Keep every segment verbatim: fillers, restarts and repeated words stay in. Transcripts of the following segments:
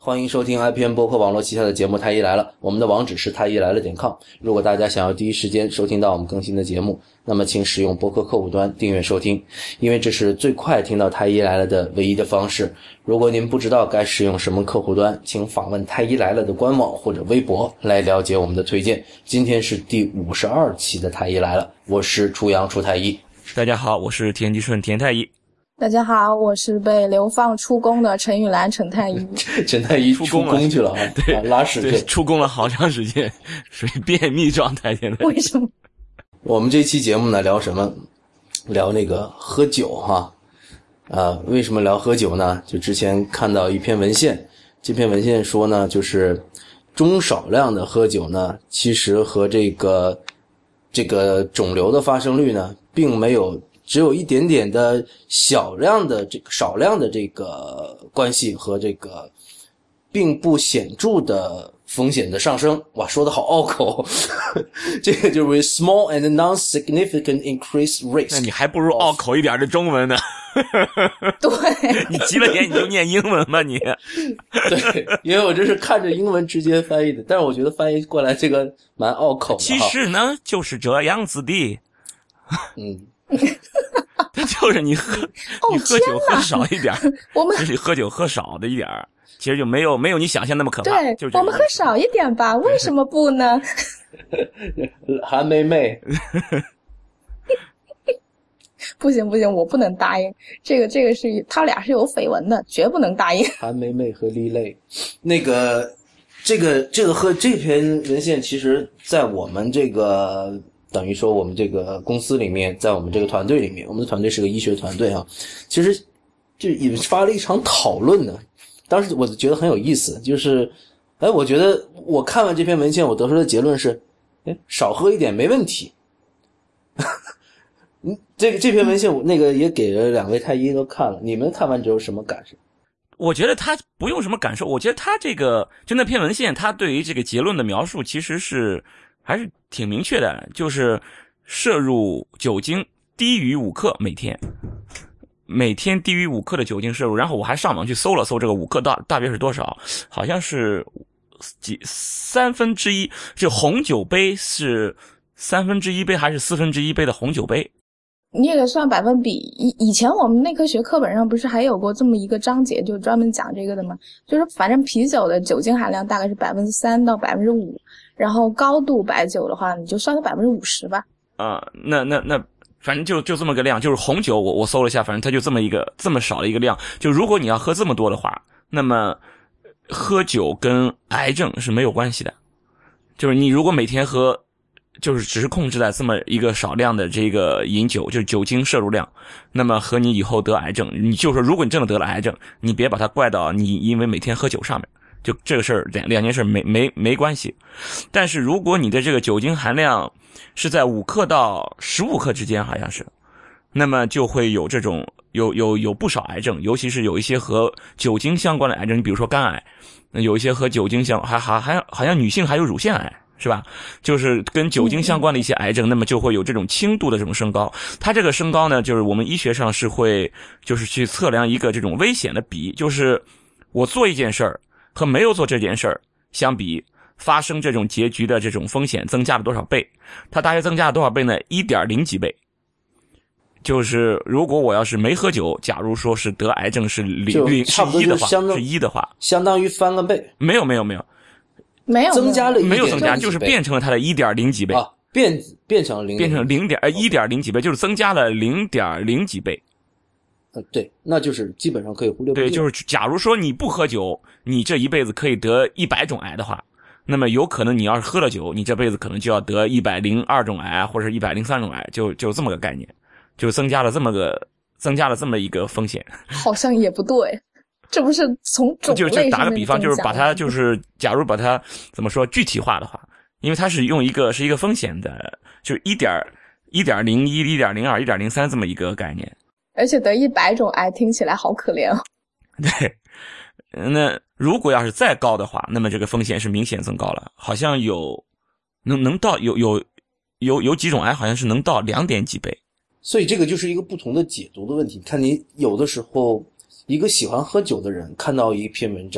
欢迎收听 I P N 播客网络旗下的节目《太医来了》，我们的网址是太医来了点 com。如果大家想要第一时间收听到我们更新的节目，那么请使用播客客户端订阅收听，因为这是最快听到太医来了的唯一的方式。如果您不知道该使用什么客户端，请访问太医来了的官网或者微博来了解我们的推荐。今天是第五十二期的太医来了，我是初阳初太医。 大家好，我是田吉顺田太医。 大家好，我是被流放出宫的陈玉兰陈太医。 陈太医出宫去了， 对、 啊，拉屎去， 对，出宫了好长时间，属于便秘状态现在。 为什么？ 我们这期节目呢，聊什么？聊那个喝酒哈。啊，为什么聊喝酒呢？就之前看到一篇文献，这篇文献说呢，就是中少量的喝酒呢，其实和这个这个肿瘤的发生率呢，并没有。只有一点点的小量的这个少量的这个关系和这个并不显著的风险的上升。哇，说的好拗口。这个就是 small and non-significant increased risk。 那你还不如拗口一点的中文呢。 对， 你急了点你就念英文吧你。 对，因为我这是看着英文直接翻译的，但是我觉得翻译过来这个蛮拗口的。 其实呢就是这样子的。 嗯。 就是你喝、哦、你喝酒喝少一点， 我们其实喝酒喝少的一点，其实就没有没有你想象那么可怕。 对， 就是我们喝少一点吧，为什么不呢？ 韩梅梅， 不行不行，我不能答应。这个这个是他俩是有绯闻的，绝不能答应。 韩梅梅和丽蕾，那个这个这个和这篇文献，其实在我们这个。等于说我们这个公司里面，在我们这个团队里面，我们的团队是个医学团队啊，其实就引发了一场讨论呢。当时我觉得很有意思，就是哎，我觉得我看完这篇文献，我得出的结论是，哎，少喝一点没问题。嗯，这个这篇文献我那个也给了两位太医都看了，你们看完之后什么感受？ 我觉得他不用什么感受，我觉得他这个就那篇文献，他对于这个结论的描述其实是还是挺明确的，就是摄入酒精低于五克每天，每天低于五克的酒精摄入。然后我还上网去搜了搜这个五克大大约是多少，好像是几三分之一，这红酒杯是三分之一杯还是四分之一杯的红酒杯？ 你也得算百分比。以以前我们内科学课本上不是还有过这么一个章节，就专门讲这个的吗？就是反正啤酒的酒精含量大概是百分之三到百分之五，然后高度白酒的话，你就算个百分之五十吧。 啊、呃，那那那，反正就就这么个量，就是红酒我我搜了一下，反正它就这么一个这么少的一个量。就如果你要喝这么多的话，那么喝酒跟癌症是没有关系的。就是你如果每天喝。就是只是控制在这么一个少量的这个饮酒，就是酒精摄入量，那么和你以后得癌症，你就说如果你真的得了癌症，你别把它怪到你因为每天喝酒上面，就这个事儿两两件事没没没关系。但是如果你的这个酒精含量是在五克到十五克之间，好像是，那么就会有这种有有有不少癌症，尤其是有一些和酒精相关的癌症，你比如说肝癌，有一些和酒精相还还还好像女性还有乳腺癌。是吧？就是跟酒精相关的一些癌症，那么就会有这种轻度的这种升高。它这个升高呢，就是我们医学上是会，就是去测量一个这种危险的比，就是我做一件事儿和没有做这件事儿相比，发生这种结局的这种风险增加了多少倍？它大约增加了多少倍呢？ 一点零 几倍。就是如果我要是没喝酒，假如说是得癌症是零零是一的话，是一的话， 相当于翻个倍。 没有没有没有。 没有增加了没有增加，就是变成了它的 一点零 几倍啊，变变成零变成零点呃 一点零 几倍，就是增加了 零点零 几倍。 呃，对，那就是基本上可以忽略不计。 对，就是假如说你不喝酒，你这一辈子可以得一百种癌的话，那么有可能你要是喝了酒，你这辈子可能就要得一百零二种癌或者一百零三种癌，就就这么个概念，就增加了这么个增加了这么一个风险。 好像也不对。这不是从种类上面就就打个比方，就是把它就是假如把它怎么说具体化的话，因为它是用一个是一个风险的，就是一点一点零一、一点零二、一点零三这么一个概念。 而且得一百种癌听起来好可怜哦。 对，那如果要是再高的话，那么这个风险是明显增高了，好像有能能到有有有有几种癌好像是能到两点几倍。 所以这个就是一个不同的解读的问题。看你有的时候一个喜欢喝酒的人看到一篇文章，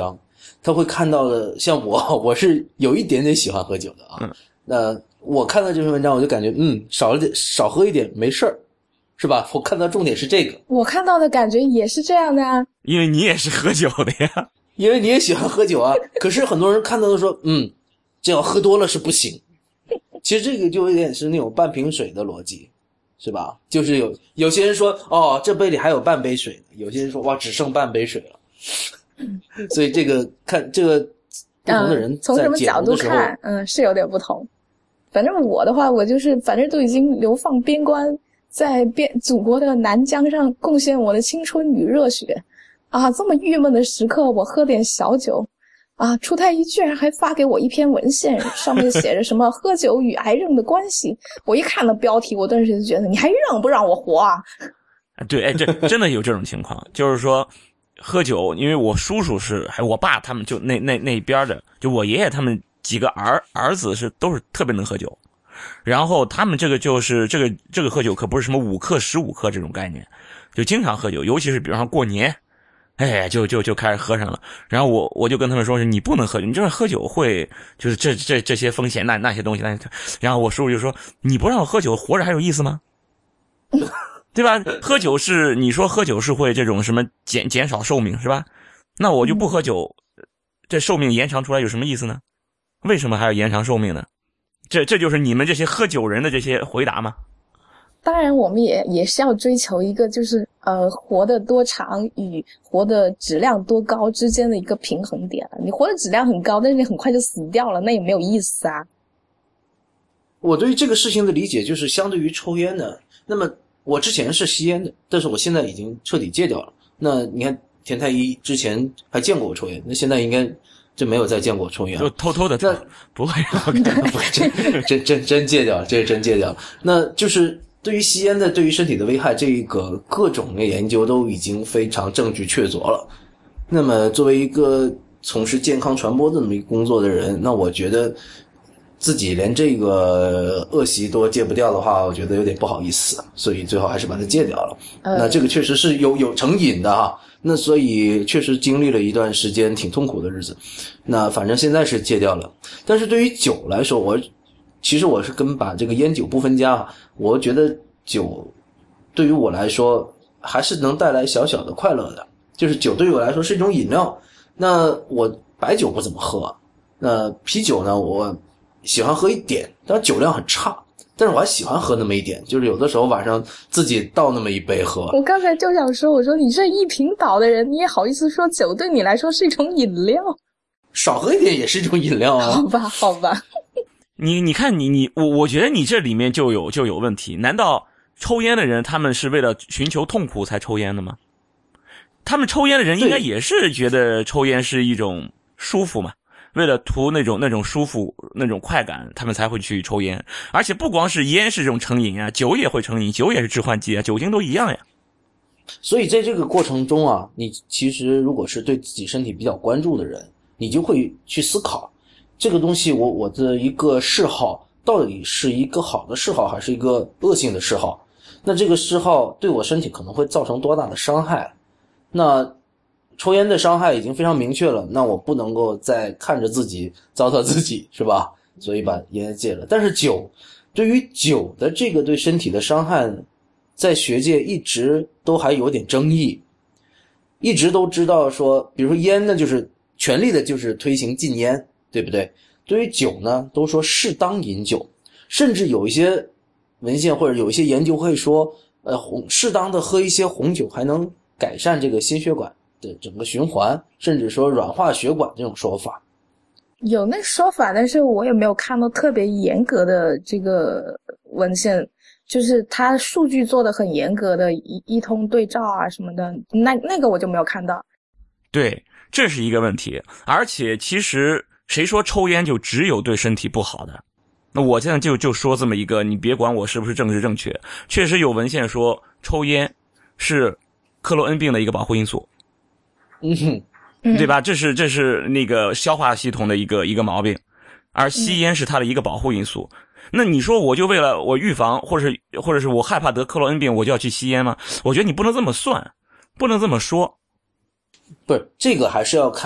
他会看到的，像我，我是有一点点喜欢喝酒的啊。 嗯， 那我看到这篇文章，我就感觉，嗯，少了点，少喝一点没事儿，是吧？我看到重点是这个。 我看到的感觉也是这样的啊， 因为你也是喝酒的呀。 因为你也喜欢喝酒啊。可是很多人看到都说，嗯，这要喝多了是不行。其实这个就有点是那种半瓶水的逻辑，是吧？就是有有些人说，哦，这杯里还有半杯水呢，有些人说，哇，只剩半杯水了。所以这个看这个不同的人从什么角度在解读的时候， 看，嗯，是有点不同。反正我的话，我就是反正都已经流放边关，在边祖国的南疆上贡献我的青春与热血啊！这么郁闷的时刻，我喝点小酒啊！出太医居然还发给我一篇文献，上面写着什么喝酒与癌症的关系。我一看那标题，我顿时就觉得你还让不让我活啊？ 对，哎，这真的有这种情况，就是说喝酒，因为我叔叔是，还有我爸他们就那那那边的，就我爷爷他们几个儿儿子是都是特别能喝酒，然后他们这个就是这个这个喝酒可不是什么五克十五克这种概念，就经常喝酒，尤其是比方说过年，哎，就就就开始喝上了。然后我我就跟他们说是你不能喝酒，你这样喝酒会就是这这这些风险那那些东西那些，然后我叔叔就说你不让我喝酒，活着还有意思吗？对吧？喝酒是你说喝酒是会这种什么减减少寿命是吧？那我就不喝酒，这寿命延长出来有什么意思呢？为什么还要延长寿命呢？这这就是你们这些喝酒人的这些回答吗？ 当然，我们也也是要追求一个就是呃活得多长与活的质量多高之间的一个平衡点了。你活的质量很高，但是你很快就死掉了，那也没有意思啊。 我对于这个事情的理解就是，相对于抽烟呢，那么我之前是吸烟的，但是我现在已经彻底戒掉了。那你看田太医之前还见过我抽烟，那现在应该就没有再见过我抽烟了， 就偷偷的抽，不会， 不是真真真真戒掉了，这是真戒掉了。那就是对于吸烟的对于身体的危害，这个各种的研究都已经非常证据确凿了。那么作为一个从事健康传播这么一个工作的人，那我觉得自己连这个恶习都戒不掉的话，我觉得有点不好意思，所以最后还是把它戒掉了。 呃、 那这个确实是有有成瘾的哈，那所以确实经历了一段时间挺痛苦的日子。那反正现在是戒掉了，但是对于酒来说，我其实我是跟把这个烟酒不分家，我觉得酒对于我来说还是能带来小小的快乐的，就是酒对于我来说是一种饮料。那我白酒不怎么喝，那啤酒呢，我喜欢喝一点，但是酒量很差，但是我还喜欢喝那么一点，就是有的时候晚上自己倒那么一杯喝。 我刚才就想说，我说你这一瓶倒的人，你也好意思说酒对你来说是一种饮料？ 少喝一点也是一种饮料啊。 好吧，好吧。 你你看你你我我觉得你这里面就有就有问题。难道抽烟的人他们是为了寻求痛苦才抽烟的吗？他们抽烟的人应该也是觉得抽烟是一种舒服嘛，为了图那种那种舒服那种快感，他们才会去抽烟。而且不光是烟是这种成瘾啊，酒也会成瘾，酒也是致幻剂啊，酒精都一样呀。 所以在这个过程中啊，你其实如果是对自己身体比较关注的人，你就会去思考这个东西，我我的一个嗜好到底是一个好的嗜好还是一个恶性的嗜好，那这个嗜好对我身体可能会造成多大的伤害。那抽烟的伤害已经非常明确了，那我不能够再看着自己糟蹋自己，是吧？所以把烟戒了。但是酒，对于酒的这个对身体的伤害，在学界一直都还有点争议，一直都知道说，比如说烟呢，就是全力的就是推行禁烟，对不对？对于酒呢，都说适当饮酒，甚至有一些文献或者有一些研究会说，呃，红适当的喝一些红酒还能改善这个心血管的整个循环，甚至说软化血管这种说法。 有那说法，但是我也没有看到特别严格的这个文献，就是它数据做的很严格的一一通对照啊什么的，那那个我就没有看到。 对，这是一个问题。而且其实谁说抽烟就只有对身体不好的？那我现在就就说这么一个，你别管我是不是政治正确，确实有文献说抽烟是克罗恩病的一个保护因素。 嗯哼， 对吧？这是这是那个消化系统的一个一个毛病，而吸烟是它的一个保护因素。那你说我就为了我预防，或者是或者是我害怕得克罗恩病，我就要去吸烟吗？我觉得你不能这么算，不能这么说。 不是，这个还是要看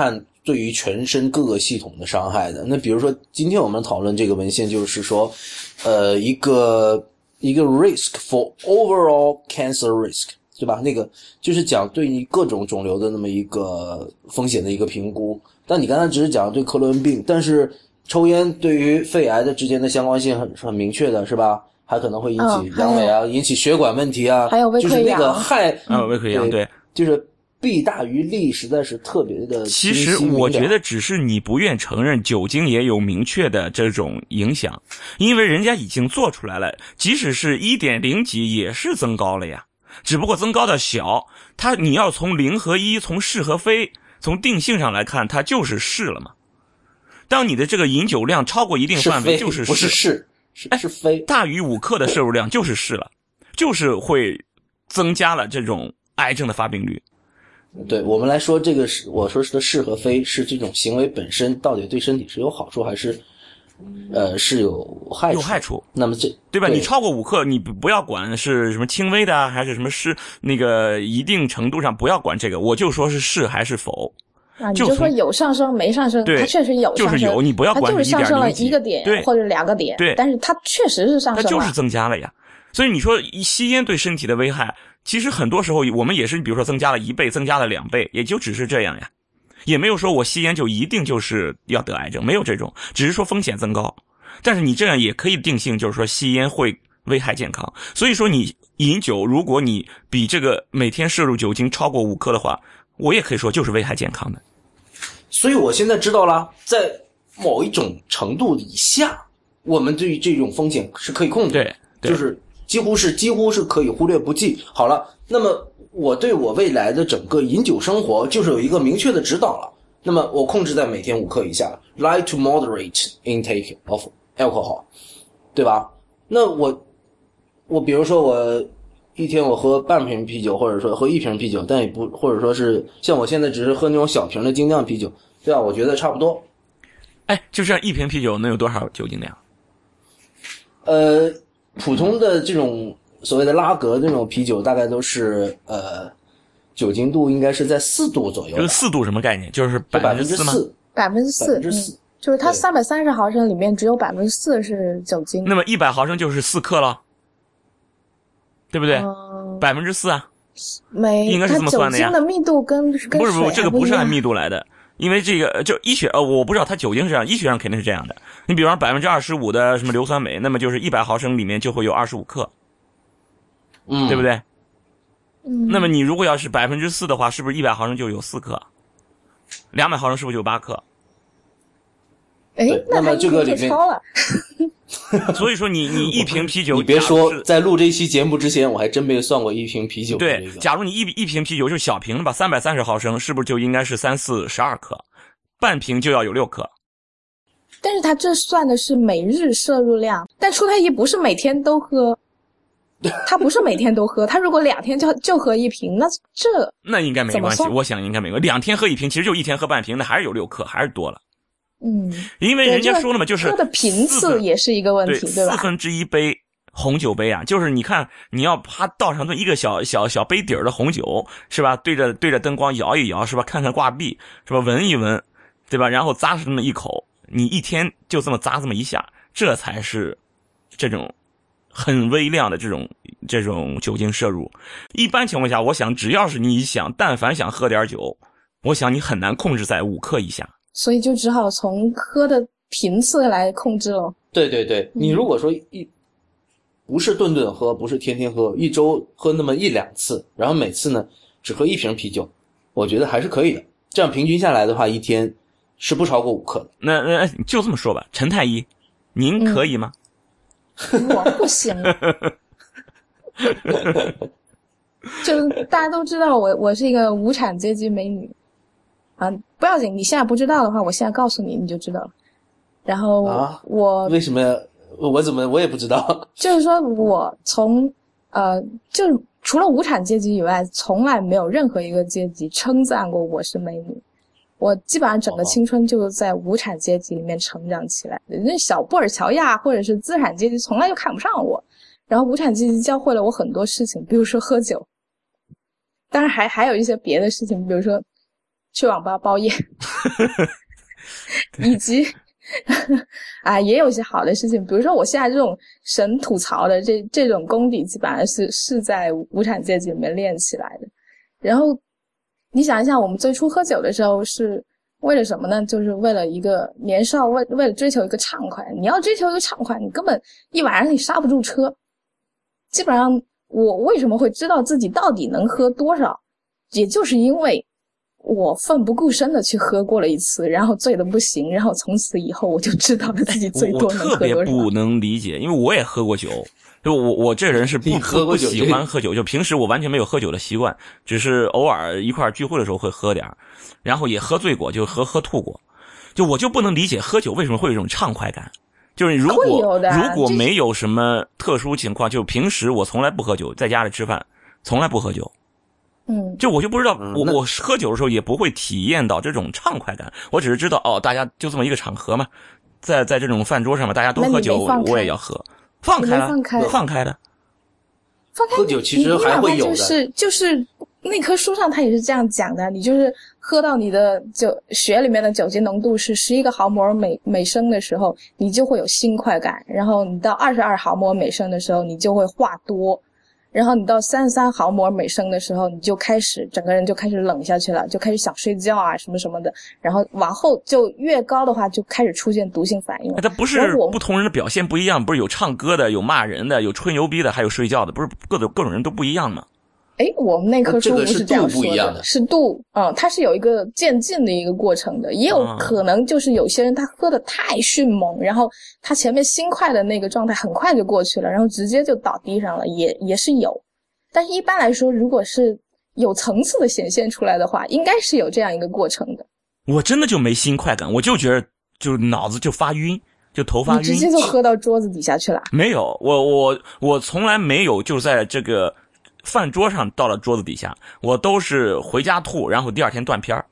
对于全身各个系统的伤害的。那比如说今天我们讨论这个文献就是说呃一个一个 risk for overall cancer risk， 对吧？那个就是讲对于各种肿瘤的那么一个风险的一个评估。但你刚才只是讲对克罗恩病，但是抽烟对于肺癌的之间的相关性很很明确的，是吧？还可能会引起阳痿啊、嗯、引起血管问题啊， 还有胃溃疡， 就是那个害啊胃溃疡，对， 就是弊大于利，实在是特别的。 其实我觉得只是你不愿承认酒精也有明确的这种影响，因为人家已经做出来了，即使是 一点零 级也是增高了呀，只不过增高的小，它你要从零和一，从是和非，从定性上来看，它就是是了嘛。当你的这个饮酒量超过一定范围，就是是， 不是是。是是非， 大于五克的摄入量就是是了，就是会增加了这种癌症的发病率。 对，我们来说这个是我说的是和非，是这种行为本身到底对身体是有好处还是呃是有害处？ 有害处。 那么这对吧？ 对你超过五克，你不要管是什么轻微的还是什么是那个一定程度上不要管这个，我就说是是还是否。 啊，你就说有上升没上升，它确实有上升， 就是有，你不要管它就是上升了一个点或者两个点， 对， 但是它确实是上升了， 它就是增加了呀。所以你说吸烟对身体的危害，其实很多时候我们也是，比如说增加了一倍，增加了两倍，也就只是这样呀，也没有说我吸烟就一定就是要得癌症，没有这种，只是说风险增高。但是你这样也可以定性，就是说吸烟会危害健康。所以说你饮酒，如果你比这个每天摄入酒精超过五克的话，我也可以说就是危害健康的。 所以我现在知道了，在某一种程度以下，我们对于这种风险是可以控制的， 对， 就是几乎是几乎是可以忽略不计。好了，那么我对我未来的整个饮酒生活就是有一个明确的指导了。那么我控制在每天五克以下 ，like to moderate intake of alcohol， 对吧？那我我比如说我一天我喝半瓶啤酒，或者说喝一瓶啤酒，但也不或者说是像我现在只是喝那种小瓶的精酿啤酒，对吧？我觉得差不多。 哎，就这样一瓶啤酒能有多少酒精量？ 呃，普通的这种所谓的拉格这种啤酒，大概都是呃酒精度应该是在四度左右。 就是四度什么概念？就是百分之四吗？ 百分之四，百分之四，就是它三百三十毫升里面只有百分之四是酒精。 那么一百毫升就是四克了。对不对？百分之四啊， 没应该是这么算的呀。 酒精的密度跟跟不是不是，这个不是按密度度来的，因为这个就医学呃，我不知道它酒精是这样，医学上肯定是这样的。你比方百分之二十五的什么硫酸镁，那么就是一百毫升里面就会有二十五克， 嗯， 对不对？ 嗯。 那么你如果要是百分之四的话，是不是一百毫升就有四克？两百毫升是不是就有八克？ 哎， 那么这个里面。 所以说你你一瓶啤酒， 你别说，在录这期节目之前，我还真没有算过一瓶啤酒的这个。 对，假如你一一瓶啤酒就是小瓶的吧，三百三十毫升，是不是就应该是三四十二克？半瓶就要有六克。 但是他这算的是每日摄入量，但出太医不是每天都喝，他不是每天都喝，他如果两天就就喝一瓶，那这那应该没关系，我想应该没关系。两天喝一瓶，其实就一天喝半瓶，那还是有六克，还是多了。 嗯， 因为人家说了嘛，就是喝的频次也是一个问题， 对, 对吧？ 四分之一杯红酒杯啊，就是你看你要啪倒上一个小小小杯底儿的红酒，是吧？对着对着灯光摇一摇，是吧？看看挂壁，是吧？闻一闻，对吧？然后咂上那么一口，你一天就这么咂这么一下，这才是这种很微量的这种这种酒精摄入。一般情况下，我想只要是你想，但凡想喝点酒，我想你很难控制在五克以下。 所以就只好从喝的频次来控制了。 对对对，你如果说一不是顿顿喝，不是天天喝，一周喝那么一两次，然后每次呢只喝一瓶啤酒，我觉得还是可以的。这样平均下来的话，一天是不超过五克的。 那那就这么说吧，陈太医，您可以吗？ 嗯、我不行。就大家都知道我我是一个无产阶级美女。啊，不要紧，你现在不知道的话，我现在告诉你，你就知道了。然后我、 啊、为什么我怎么我也不知道？ 就是说我从呃，就除了无产阶级以外，从来没有任何一个阶级称赞过我是美女。我基本上整个青春就是在无产阶级里面成长起来的。那小布尔乔亚或者是资产阶级从来就看不上我，然后无产阶级教会了我很多事情，比如说喝酒，当然还还有一些别的事情，比如说。 去网吧包夜，以及啊，也有一些好的事情，比如说我现在这种神吐槽的这这种功底，基本上是是在无产阶级里面练起来的。然后你想一想，我们最初喝酒的时候是为了什么呢？就是为了一个年少，为为了追求一个畅快。你要追求一个畅快，你根本一晚上你刹不住车。基本上我为什么会知道自己到底能喝多少，也就是因为我奋不顾身的去喝过了一次，然后醉得不行，然后从此以后我就知道了自己最多能喝多少。 我特别不能理解，因为我也喝过酒，就我我这人是不喝过酒不喜欢喝酒，就平时我完全没有喝酒的习惯，只是偶尔一块聚会的时候会喝点，然后也喝醉过，就喝喝吐过，就我就不能理解喝酒为什么会有一种畅快感。就是如果如果没有什么特殊情况，就平时我从来不喝酒，在家里吃饭从来不喝酒。 嗯， 就我就不知道， 嗯、 我我喝酒的时候也不会体验到这种畅快感，我只是知道哦，大家就这么一个场合嘛，在在这种饭桌上嘛，大家都喝酒，我也要喝，放开了， 放开放开的， 放开。 喝酒其实还会有的， 就是就是那棵书上他也是这样讲的，你就是喝到你的酒血里面的酒精浓度是十一个毫摩每每升的时候，你就会有新快感，然后你到二十二毫摩每升的时候，你就会话多。然后你到三十三毫摩每升的时候，你就开始整个人就开始冷下去了，就开始想睡觉啊什么什么的。然后往后就越高的话，就开始出现毒性反应了。 它不是不同人的表现不一样，不是有唱歌的，有骂人的，有吹牛逼的，还有睡觉的，不是各种各种人都不一样吗？ 诶，我们那棵书不是这样说的， 这个是度不一样的， 是度，嗯，它是有一个渐进的一个过程的，也有可能就是有些人他喝的太迅猛，然后他前面心快的那个状态很快就过去了，然后直接就倒地上了，也也是有。但是一般来说，如果是有层次的显现出来的话，应该是有这样一个过程的。 我真的就没新快感，我就觉得就脑子就发晕，就头发晕。 你直接就喝到桌子底下去了？ 没有，我我我从来没有就在这个饭桌上到了桌子底下，我都是回家吐，然后第二天断片儿。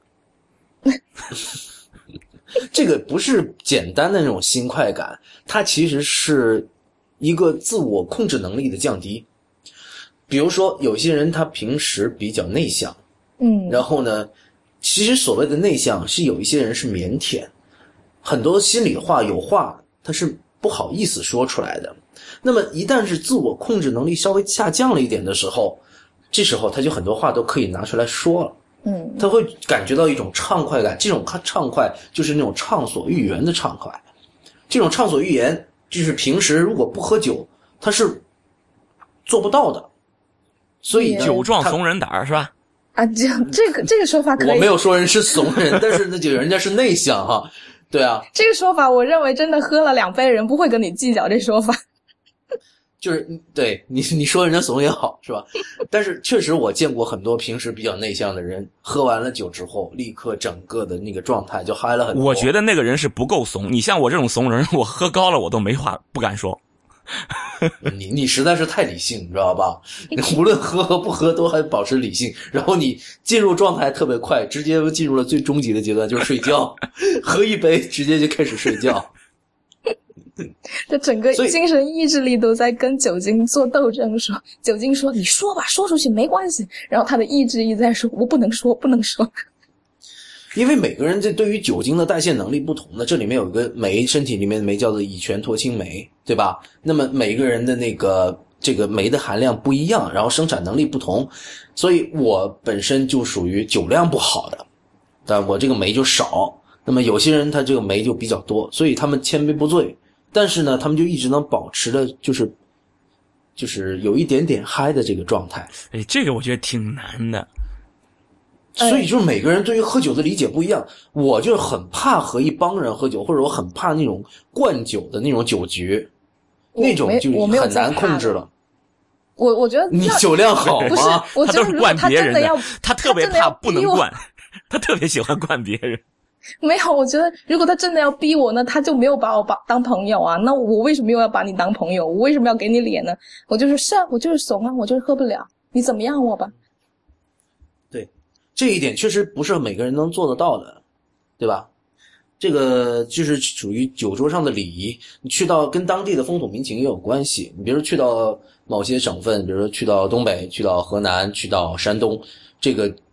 这个不是简单的那种新快感，它其实是一个自我控制能力的降低。比如说有些人他平时比较内向， 嗯， 然后呢，其实所谓的内向是有一些人是腼腆，很多心里话有话他是不好意思说出来的。那么一旦是自我控制能力稍微下降了一点的时候，这时候他就很多话都可以拿出来说了。 嗯， 他会感觉到一种畅快感，这种畅快就是那种畅所欲言的畅快。这种畅所欲言就是平时如果不喝酒他是做不到的。所以酒壮怂人胆是吧？ 啊，这这个这个说法可以。 我没有说人是怂人，但是那就人家是内向哈。对啊， 这个说法我认为真的喝了两杯人不会跟你计较这说法。 就是对你你说人家怂也好是吧？但是确实我见过很多平时比较内向的人，喝完了酒之后立刻整个的那个状态就嗨了很多。 我觉得那个人是不够怂，你像我这种怂人，我喝高了我都没话不敢说。 你你实在是太理性，你知道吧？你无论喝和不喝都还保持理性，然后你进入状态特别快，直接进入了最终极的阶段，就是睡觉。喝一杯直接就开始睡觉。 这整个精神意志力都在跟酒精做斗争，说酒精说你说吧，说出去没关系，然后他的意志一直在说我不能说不能说。 因为每个人这对于酒精的代谢能力不同的，这里面有一个酶，身体里面的酶叫做乙醛脱氢酶，对吧？那么每个人的那个这个酶的含量不一样，然后生产能力不同，所以我本身就属于酒量不好的，但我这个酶就少。那么有些人他这个酶就比较多，所以他们千杯不醉，但是呢他们就一直能保持的就是就是有一点点嗨的这个状态。 哎，这个我觉得挺难的。 所以就是每个人对于喝酒的理解不一样，我就是很怕和一帮人喝酒，或者我很怕那种灌酒的那种酒局，那种就很难控制了。 我我觉得你酒量好吗？ 不是，我觉得如果他真的要， 他特别怕不能灌，他特别喜欢灌别人。 没有，我觉得如果他真的要逼我呢，他就没有把我把当朋友啊。那我为什么又要把你当朋友？我为什么要给你脸呢？我就是是啊，我就是怂啊，我就是喝不了，你怎么样我吧？ 对。这一点确实不是每个人能做得到的，对吧？这个就是属于酒桌上的礼仪，你去到跟当地的风土民情也有关系。你比如说去到某些省份，比如说去到东北，去到河南，去到山东，这个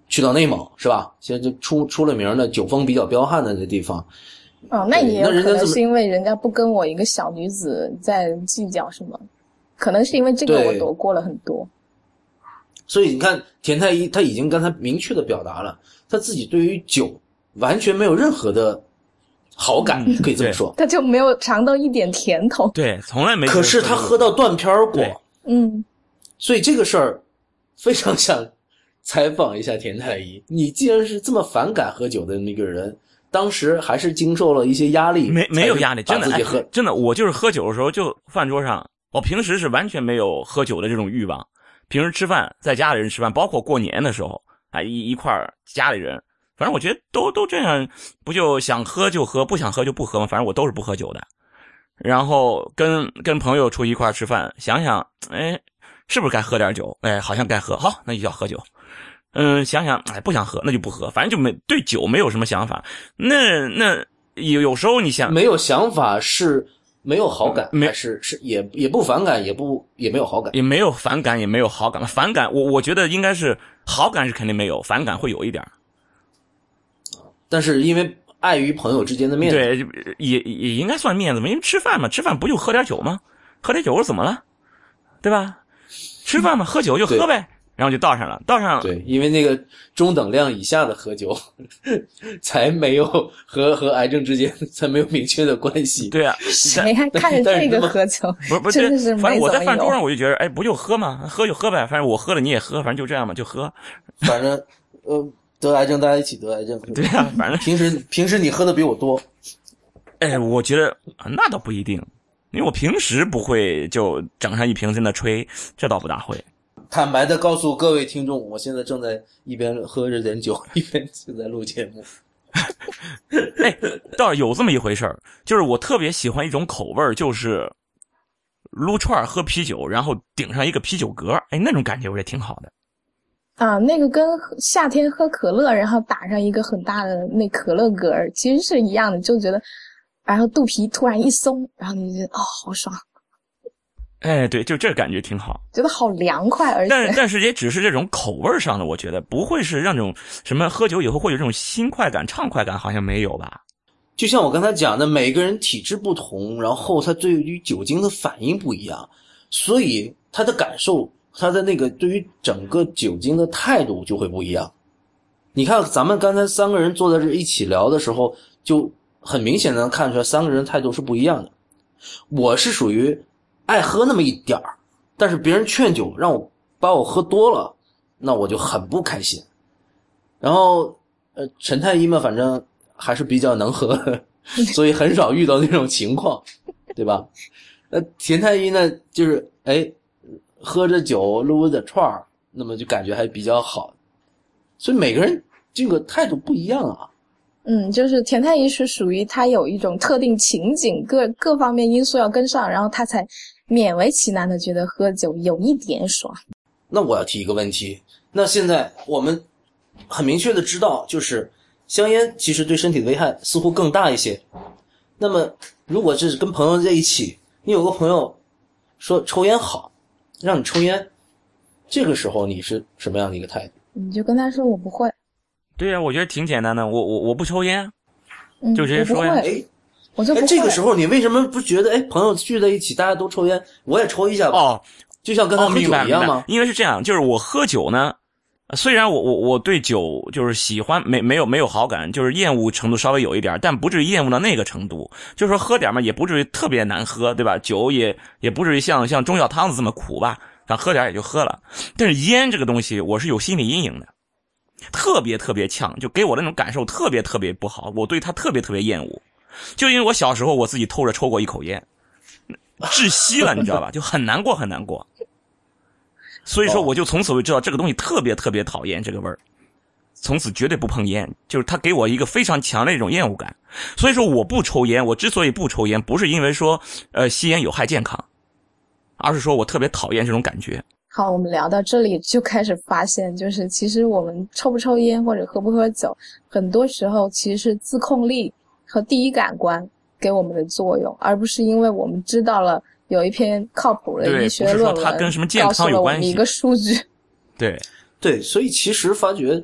去到内蒙是吧？现在就出出了名的酒风比较彪悍的那地方。 哦，那也有可能那人家怎么是因为人家不跟我一个小女子在计较什么，可能是因为这个我对躲过了很多。 所以你看田太医他已经刚才明确的表达了他自己对于酒完全没有任何的好感， 嗯可以这么说。 他就没有尝到一点甜头。 对，从来没。 可是他喝到断片果， 嗯， 所以这个事儿非常想采访一下田太医。你既然是这么反感喝酒的那个人，当时还是经受了一些压力？ 没没有压力，真的自己喝、 哎、真的，我就是喝酒的时候，就饭桌上，我平时是完全没有喝酒的这种欲望。平时吃饭，在家里人吃饭，包括过年的时候，啊一一块儿家里人，反正我觉得都都这样，不就想喝就喝，不想喝就不喝吗？反正我都是不喝酒的。然后跟跟朋友出一块吃饭，想想，哎，是不是该喝点酒？哎，好像该喝，好，那就要喝酒。嗯，想想，哎，不想喝，那就不喝，反正就没对酒没有什么想法。那那有有时候你想没有想法是没有好感， 没还是是也也不反感，也不也没有好感， 也没有反感，也没有好感。反感，我我觉得应该是好感是肯定没有，反感会有一点。 但是因为碍于朋友之间的面子， 对，也也应该算面子嘛，因为吃饭嘛，吃饭不就喝点酒吗？喝点酒怎么了？对吧？吃饭嘛，喝酒就喝呗，然后就倒上了，倒上。 对，因为那个中等量以下的喝酒，才没有和和癌症之间才没有明确的关系。 对啊， 谁还看着这个喝酒？ 不是不是， 真的是反正我在饭桌上我我就觉得，哎，不就喝吗？喝就喝呗，反正我喝了你也喝，反正就这样嘛，就喝。 反正呃，得癌症大家一起得癌症。 对啊，反正平时平时你喝的比我多。 哎，我觉得那倒不一定，因为我平时不会就整上一瓶在那吹，这倒不大会。 坦白的告诉各位听众，我现在正在一边喝着点酒，一边正在录节目。 哎，倒是有这么一回事儿，就是我特别喜欢一种口味儿，就是撸串喝啤酒，然后顶上一个啤酒格，哎，那种感觉我也挺好的。 啊，那个跟夏天喝可乐，然后打上一个很大的那可乐格儿，其实是一样的，就觉得，然后肚皮突然一松，然后你就觉得哦，好爽。 哎，对，就这感觉挺好， 觉得好凉快，而且但但是也只是这种口味上的，我觉得不会是让这种什么喝酒以后会有这种新快感、畅快感，好像没有吧？ 就像我刚才讲的，每个人体质不同，然后他对于酒精的反应不一样，所以他的感受，他的那个对于整个酒精的态度就会不一样。你看咱们刚才三个人坐在这一起聊的时候，就很明显的能看出来三个人的态度是不一样的。我是属于爱喝那么一点儿，但是别人劝酒让我把我喝多了，那我就很不开心。然后呃，陈太医嘛，反正还是比较能喝，所以很少遇到那种情况，对吧？那田太医呢，就是哎，喝着酒撸着串儿，那么就感觉还比较好。所以每个人这个态度不一样啊。 嗯，就是田太医是属于他有一种特定情景，各各方面因素要跟上，然后他才勉为其难的觉得喝酒有一点爽。 那我要提一个问题，那现在我们很明确的知道，就是香烟其实对身体的危害似乎更大一些。那么如果是跟朋友在一起，你有个朋友说抽烟好，让你抽烟，这个时候你是什么样的一个态度？ 你就跟他说我不会。 对呀、啊，我觉得挺简单的，我我我不抽烟， 嗯， 就直接说呀。 哎， 我就不会。 这个时候你为什么不觉得，哎，朋友聚在一起，大家都抽烟，我也抽一下吧？ 哦， 就像跟他喝酒一样吗？ 哦、因为是这样，就是我喝酒呢，虽然我我我对酒就是喜欢没没有没有好感，就是厌恶程度稍微有一点，但不至于厌恶到那个程度。就是说喝点嘛，也不至于特别难喝，对吧？酒也也不至于像像中药汤子这么苦吧，反正喝点也就喝了。但是烟这个东西，我是有心理阴影的。特别特别呛，就给我那种感受特别特别不好，我对它特别特别厌恶。就因为我小时候我自己偷着抽过一口烟，窒息了，你知道吧？就很难过很难过。所以说我就从此就知道这个东西特别特别讨厌这个味儿，从此绝对不碰烟，就是它给我一个非常强烈的一种厌恶感。所以说我不抽烟，我之所以不抽烟，不是因为说呃吸烟有害健康，而是说我特别讨厌这种感觉。 好，我们聊到这里就开始发现，就是其实我们抽不抽烟或者喝不喝酒，很多时候其实是自控力和第一感官给我们的作用，而不是因为我们知道了有一篇靠谱的医学论文， 它跟什么健康有关系， 告诉了我们一个数据。 对对，所以其实发觉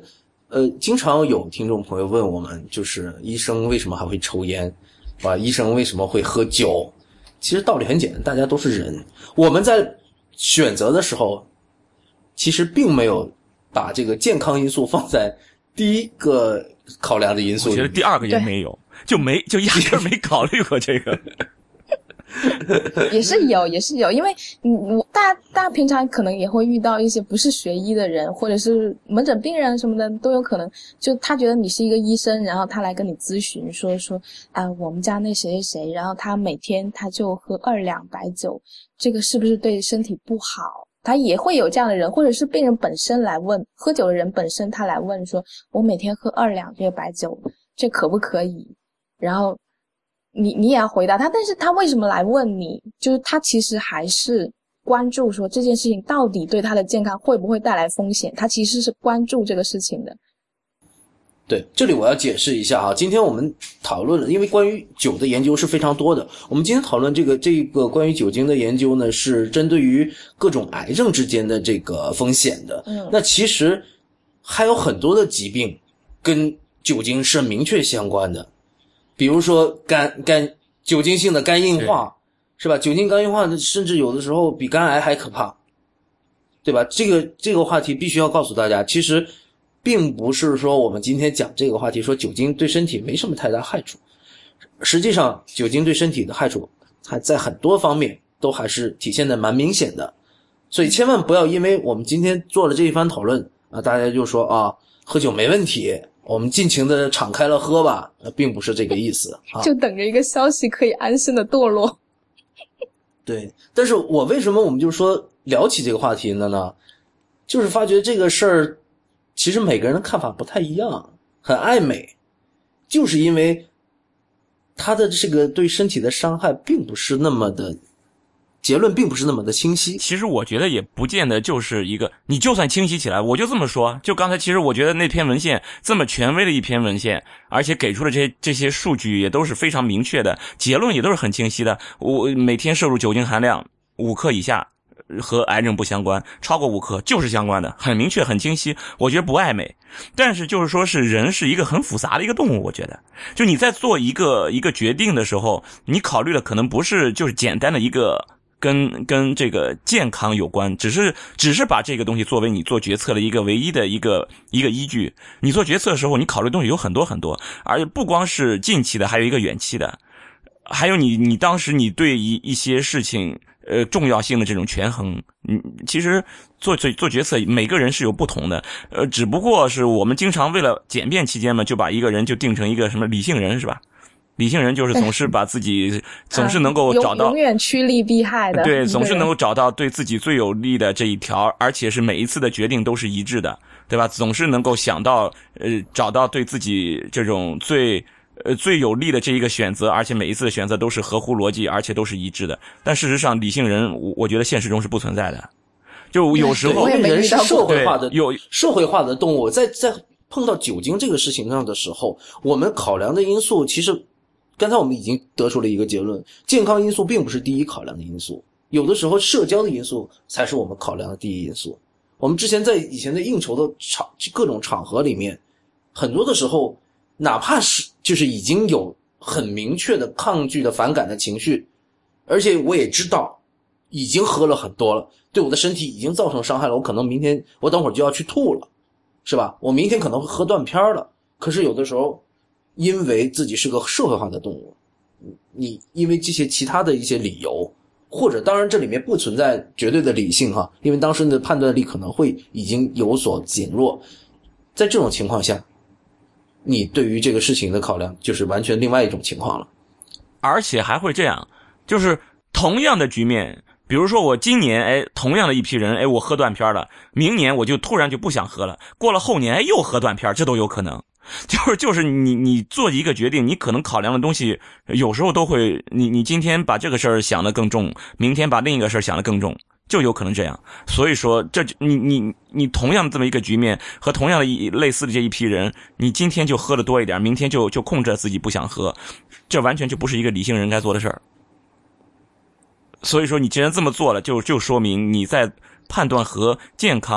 呃，经常有听众朋友问我们，就是医生为什么还会抽烟，啊，医生为什么会喝酒？其实道理很简单，大家都是人，我们在选择的时候，其实并没有把这个健康因素放在第一个考量的因素里面。 我觉得第二个也没有，就没就压根没考虑过这个。 也是有，也是有，因为我大家大家平常可能也会遇到一些不是学医的人，或者是门诊病人什么的都有可能。就他觉得你是一个医生，然后他来跟你咨询，说说啊、呃，我们家那谁谁谁，然后他每天他就喝二两白酒，这个是不是对身体不好？他也会有这样的人，或者是病人本身来问，喝酒的人本身他来问说，我每天喝二两这个白酒，这可不可以？然后。你你也要回答他，但是他为什么来问你？就是他其实还是关注说这件事情到底对他的健康会不会带来风险，他其实是关注这个事情的。 对，这里我要解释一下啊，今天我们讨论了，因为关于酒的研究是非常多的，我们今天讨论这个这个关于酒精的研究呢，是针对于各种癌症之间的这个风险的。嗯，那其实还有很多的疾病跟酒精是明确相关的。比如说肝肝酒精性的肝硬化，是吧？酒精肝硬化甚至有的时候比肝癌还可怕，对吧？这个这个话题必须要告诉大家，其实并不是说我们今天讲这个话题说酒精对身体没什么太大害处，实际上酒精对身体的害处还在很多方面都还是体现的蛮明显的，所以千万不要因为我们今天做了这一番讨论啊，大家就说啊喝酒没问题，我们尽情的敞开了喝吧，呃，并不是这个意思啊。 就等着一个消息可以安心的堕落。 对，但是我为什么我们就说聊起这个话题了呢？就是发觉这个事儿，其实每个人的看法不太一样，很暧昧，就是因为它的这个对身体的伤害并不是那么的。结论并不是那么的清晰。 其实我觉得也不见得就是一个，你就算清晰起来，我就这么说，就刚才其实我觉得那篇文献这么权威的一篇文献，而且给出的这些这些数据也都是非常明确的，结论也都是很清晰的。我每天摄入酒精含量五克以下和癌症不相关，超过五克就是相关的，很明确很清晰，我觉得不暧昧。但是就是说是人是一个很复杂的一个动物，我觉得就你在做一个一个决定的时候，你考虑的可能不是就是简单的一个跟跟这个健康有关，只是只是把这个东西作为你做决策的一个唯一的一个一个依据。你做决策的时候，你考虑的东西有很多很多，而且不光是近期的，还有一个远期的，还有你你当时你对一一些事情呃重要性的这种权衡。嗯，其实做做做决策，每个人是有不同的，呃，只不过是我们经常为了简便起见嘛，就把一个人就定成一个什么理性人，是吧？理性人就是总是把自己总是能够找到、 啊、永远趋利避害的， 对，总是能够找到对自己最有利的这一条，而且是每一次的决定都是一致的，对吧？总是能够想到呃找到对自己这种最呃最有利的这一个选择，而且每一次的选择都是合乎逻辑，而且都是一致的。但事实上理性人我我觉得现实中是不存在的。就有时候人是社会化的有社会化的动物，在在碰到酒精这个事情上的时候，我们考量的因素其实刚才我们已经得出了一个结论，健康因素并不是第一考量的因素，有的时候社交的因素才是我们考量的第一因素。我们之前在以前的应酬的场各种场合里面，很多的时候哪怕是就是已经有很明确的抗拒的反感的情绪，而且我也知道已经喝了很多了，对我的身体已经造成伤害了，我可能明天我等会儿就要去吐了，是吧？我明天可能会喝断片了。可是有的时候因为自己是个社会化的动物，你因为这些其他的一些理由，或者当然这里面不存在绝对的理性哈，因为当时的判断力可能会已经有所减弱，在这种情况下，你对于这个事情的考量就是完全另外一种情况了。 而且还会这样，就是同样的局面，比如说我今年哎同样的一批人哎我喝断片了，明年我就突然就不想喝了，过了后年哎又喝断片，这都有可能。就是就是你你做一个决定，你可能考量的东西有时候都会，你你今天把这个事儿想得更重，明天把另一个事儿想得更重，就有可能这样。所以说这你你你同样这么一个局面和同样的一类似的这一批人，你今天就喝的多一点，明天就就控制自己不想喝，这完全就不是一个理性人该做的事儿。所以说你既然这么做了，就就说明你在判断和健康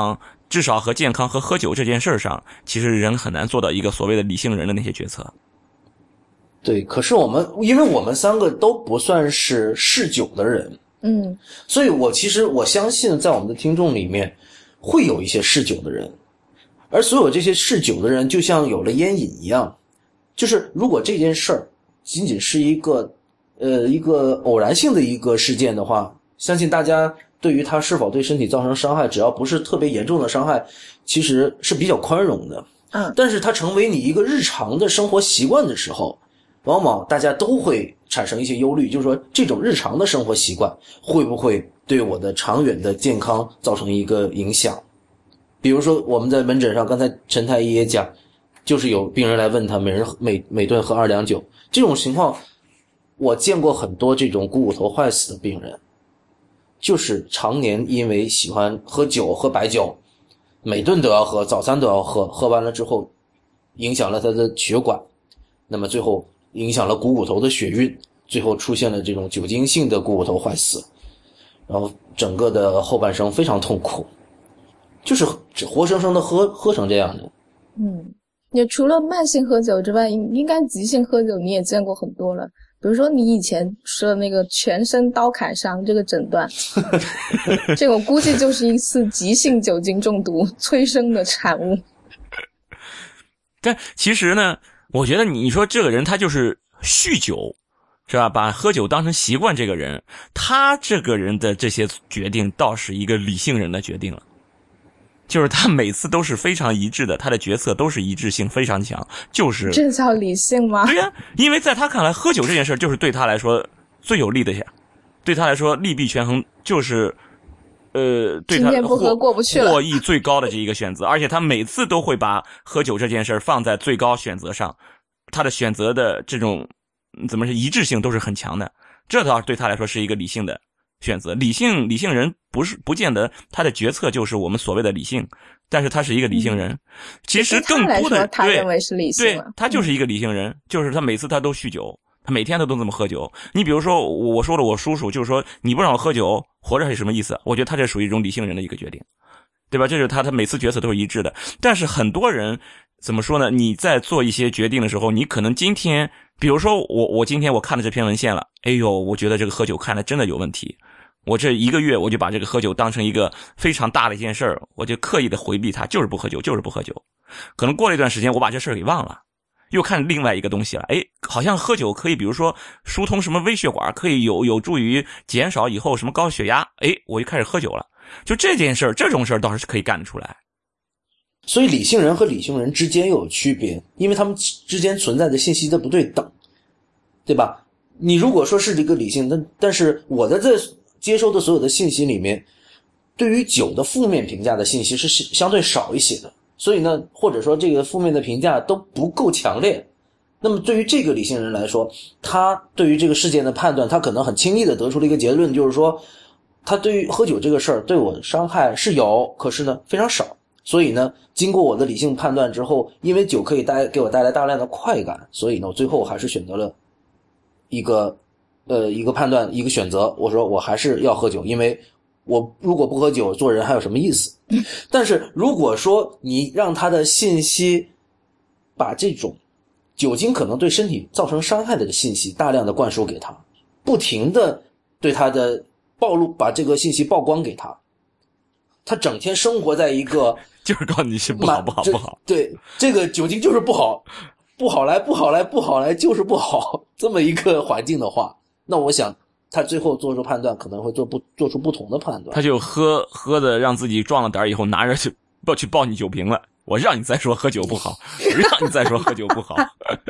至少和健康和喝酒这件事上，其实人很难做到一个所谓的理性人的那些决策。 对，可是我们因为我们三个都不算是嗜酒的人， 嗯， 所以我其实我相信在我们的听众里面会有一些嗜酒的人，而所有这些嗜酒的人就像有了烟瘾一样，就是如果这件事儿仅仅是一个呃一个偶然性的一个事件的话，相信大家对于它是否对身体造成伤害，只要不是特别严重的伤害，其实是比较宽容的。 嗯， 但是它成为你一个日常的生活习惯的时候，往往大家都会产生一些忧虑，就是说这种日常的生活习惯会不会对我的长远的健康造成一个影响。比如说我们在门诊上，刚才陈太医也讲，就是有病人来问他每人每每顿喝二两酒，这种情况我见过很多这种股骨头坏死的病人，就是常年因为喜欢喝酒喝白酒，每顿都要喝，早餐都要喝，喝完了之后影响了他的血管，那么最后影响了股骨头的血运，最后出现了这种酒精性的股骨头坏死，然后整个的后半生非常痛苦，就是只活生生的喝喝成这样的。 嗯，也除了慢性喝酒之外，应应该急性喝酒你也见过很多了。比如说你以前说的那个全身刀砍伤这个诊断，这我估计就是一次急性酒精中毒催生的产物。 但其实呢，我觉得你说这个人他就是酗酒，是吧？把喝酒当成习惯，这个人，他这个人的这些决定倒是一个理性人的决定了。就是他每次都是非常一致的，他的决策都是一致性非常强，就是这叫理性吗？ 对呀、啊，因为在他看来，喝酒这件事就是对他来说最有利的呀，对他来说利弊权衡就是呃对他不合过不去了获益最高的这一个选择，而且他每次都会把喝酒这件事放在最高选择上，他的选择的这种怎么是一致性都是很强的，这倒对他来说是一个理性的选择。理性理性人不是不见得他的决策就是我们所谓的理性，但是他是一个理性人。嗯、其实更多的他认为是理性了， 对，他就是一个理性人，嗯、就是他每次他都酗酒，他每天他都这么喝酒。你比如说我说了我叔叔，就是说你不让我喝酒，活着还是什么意思？我觉得他这属于一种理性人的一个决定，对吧？这是他他每次决策都是一致的。但是很多人怎么说呢？你在做一些决定的时候，你可能今天，比如说我我今天我看了这篇文献了，哎呦，我觉得这个喝酒看来真的有问题。我这一个月我就把这个喝酒当成一个非常大的一件事儿，我就刻意的回避它，就是不喝酒，就是不喝酒。可能过了一段时间，我把这事儿给忘了，又看另外一个东西了。哎，好像喝酒可以，比如说疏通什么微血管，可以有有助于减少以后什么高血压。哎，我就开始喝酒了。就这件事儿，这种事儿倒是可以干得出来。 所以理性人和理性人之间又有区别，因为他们之间存在的信息的不对等，对吧？你如果说是这个理性，但但是我的这接收的所有的信息里面，对于酒的负面评价的信息是相对少一些的，所以呢，或者说这个负面的评价都不够强烈。那么对于这个理性人来说，他对于这个事件的判断，他可能很轻易的得出了一个结论，就是说他对于喝酒这个事儿对我的伤害是有，可是呢非常少。所以呢，经过我的理性判断之后，因为酒可以带给我带来大量的快感，所以呢，我最后还是选择了一个呃一个判断一个选择，我说我还是要喝酒，因为我如果不喝酒做人还有什么意思。但是如果说你让他的信息把这种酒精可能对身体造成伤害的信息大量的灌输给他，不停的对他的暴露，把这个信息曝光给他，他整天生活在一个就是告诉你是不好不好不好， 对，这个酒精就是不好，不好来不好来不好来就是不好，这么一个环境的话，那我想他最后做出判断可能会做不做出不同的判断。 他就喝喝的让自己壮了胆以后，拿着去抱去抱你酒瓶了，我让你再说喝酒不好，我让你再说喝酒不好。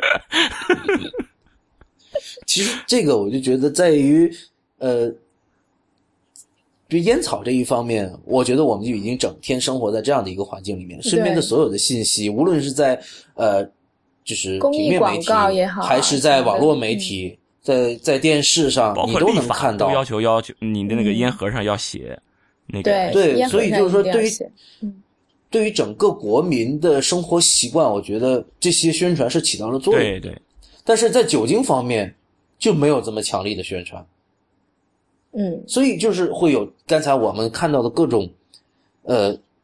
其实这个我就觉得在于呃就烟草这一方面，我觉得我们就已经整天生活在这样的一个环境里面，身边的所有的信息，无论是在呃就是平面媒体也好， 还是在网络媒体、嗯、在在电视上， 包括你都能看到， 都要求要求你的那个烟盒上要写、嗯、那个对对，所以就是说对于、 嗯、 对于整个国民的生活习惯，我觉得这些宣传是起到了作用。 对对， 但是在酒精方面就没有这么强力的宣传。 嗯， 所以就是会有刚才我们看到的各种呃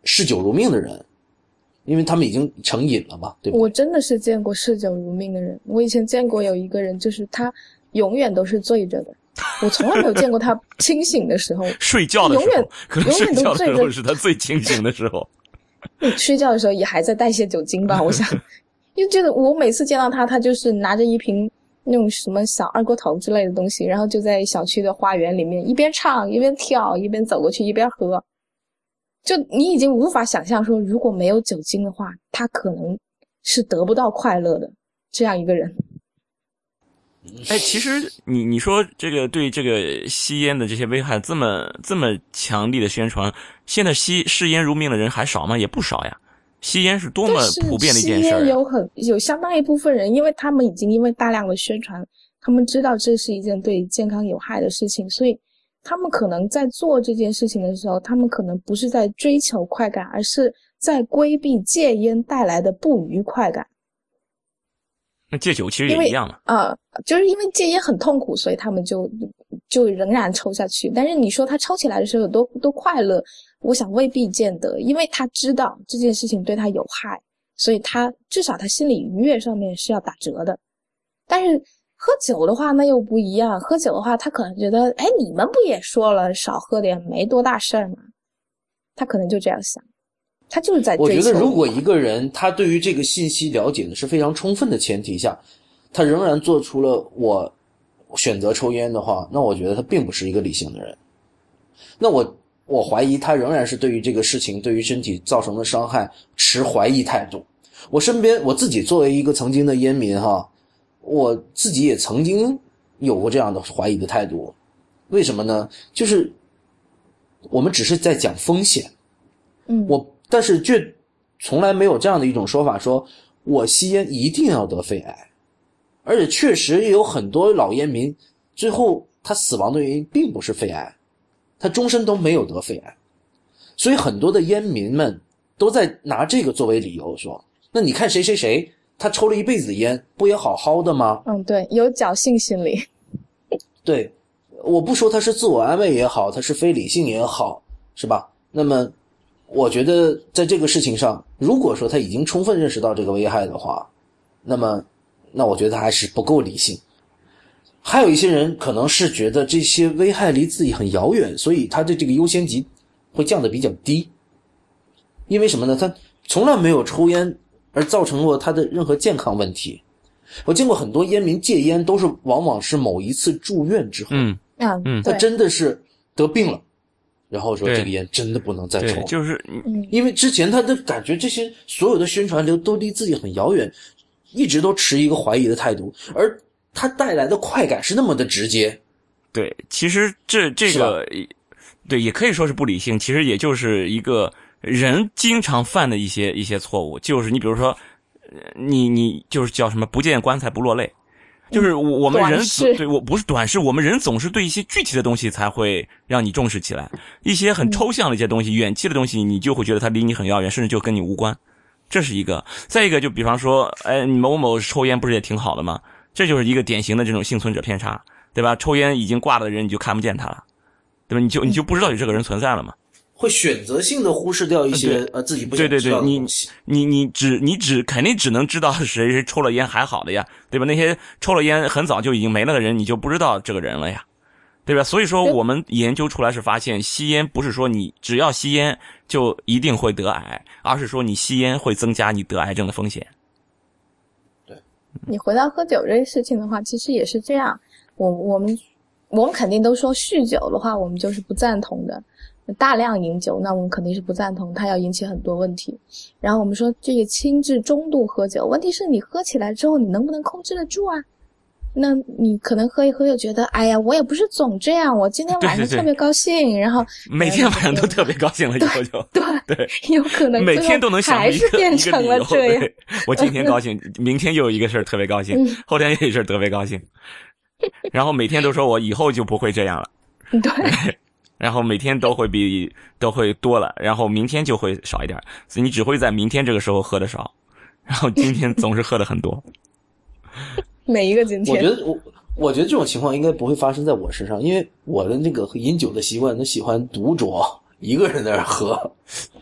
嗜酒如命的人，因为他们已经成瘾了嘛，对吧？ 我真的是见过嗜酒如命的人，我以前见过有一个人，就是他永远都是醉着的，我从来没有见过他清醒的时候。 睡觉的时候， 永远可能睡觉的时候是他最清醒的时候。 你睡觉的时候也还在代谢酒精吧，我想。因为觉得我每次见到他，他就是拿着一瓶那种什么小二锅头之类的东西，然后就在小区的花园里面一边唱一边跳，一边走过去一边喝。就你已经无法想象说，如果没有酒精的话，他可能是得不到快乐的这样一个人。 哎，其实你你说这个对这个吸烟的这些危害这么这么强力的宣传，现在吸嗜烟如命的人还少吗？也不少呀。吸烟是多么普遍的一件事、啊、 吸烟有很有相当一部分人，因为他们已经因为大量的宣传，他们知道这是一件对健康有害的事情，所以他们可能在做这件事情的时候，他们可能不是在追求快感，而是在规避戒烟带来的不愉快感。 那戒酒其实也一样嘛。 啊、呃，就是因为戒烟很痛苦，所以他们就就仍然抽下去。但是你说他抽起来的时候有多多快乐，我想未必见得，因为他知道这件事情对他有害，所以他至少他心理愉悦上面是要打折的。但是喝酒的话那又不一样，喝酒的话他可能觉得，哎，你们不也说了少喝点没多大事儿吗？他可能就这样想。他就是在追求。 我觉得如果一个人他对于这个信息了解的是非常充分的前提下，他仍然做出了我选择抽烟的话，那我觉得他并不是一个理性的人。那我我怀疑他仍然是对于这个事情对于身体造成的伤害持怀疑态度。我身边我自己作为一个曾经的烟民哈，我自己也曾经有过这样的怀疑的态度。为什么呢？就是我们只是在讲风险， 嗯， 我但是却从来没有这样的一种说法，说我吸烟一定要得肺癌。而且确实也有很多老烟民最后他死亡的原因并不是肺癌，他终身都没有得肺癌。所以很多的烟民们都在拿这个作为理由说，那你看谁谁谁他抽了一辈子烟不也好好的吗？ 嗯，对，有侥幸心理。 对，我不说他是自我安慰也好，他是非理性也好，是吧？那么我觉得在这个事情上，如果说他已经充分认识到这个危害的话，那么那我觉得还是不够理性。还有一些人可能是觉得这些危害离自己很遥远，所以他的这个优先级会降得比较低。因为什么呢？他从来没有抽烟而造成过他的任何健康问题。我见过很多烟民戒烟都是往往是某一次住院之后， 嗯嗯， 他真的是得病了，然后说这个烟真的不能再抽， 就是因为之前他的感觉这些所有的宣传流都离自己很遥远，一直都持一个怀疑的态度，而它带来的快感是那么的直接。 对，其实这这个对也可以说是不理性，其实也就是一个人经常犯的一些一些错误，就是你比如说你你就是叫什么不见棺材不落泪。就是我们人对我不是短视，我们人总是对一些具体的东西才会让你重视起来，一些很抽象的一些东西、远期的东西，你就会觉得它离你很遥远，甚至就跟你无关。这是一个。再一个，就比方说，哎，你某某抽烟不是也挺好的吗？这就是一个典型的这种幸存者偏差，对吧？抽烟已经挂了的人，你就看不见他了，对吧？你就你就不知道有这个人存在了嘛。 会选择性的忽视掉一些呃自己不想知道的东西。 对对对，你你你只你只肯定只能知道谁谁抽了烟还好的呀，对吧？那些抽了烟很早就已经没了的人，你就不知道这个人了呀，对吧？所以说我们研究出来是发现，吸烟不是说你只要吸烟就一定会得癌，而是说你吸烟会增加你得癌症的风险。 对， 你回到喝酒这个事情的话，其实也是这样。我我们我们肯定都说酗酒的话，我们就是不赞同的。大量饮酒，那我们肯定是不赞同，它要引起很多问题。然后我们说这个轻至中度喝酒，问题是你喝起来之后，你能不能控制得住啊？那你可能喝一喝又觉得，哎呀，我也不是总这样，我今天晚上特别高兴， 对对对， 然后每天晚上都特别高兴了以后就对对，有可能每天都能想还是变成了这样。 我今天高兴，明天又有一个事儿特别高兴， 嗯、 后天又有一事儿特别高兴，然后每天都说我以后就不会这样了。 对。 然后每天都会比都会多了，然后明天就会少一点，所以你只会在明天这个时候喝的少，然后今天总是喝的很多。 每一个今天， 我觉得我我觉得这种情况应该不会发生在我身上，因为我的那个饮酒的习惯，都喜欢独酌，一个人在那儿喝。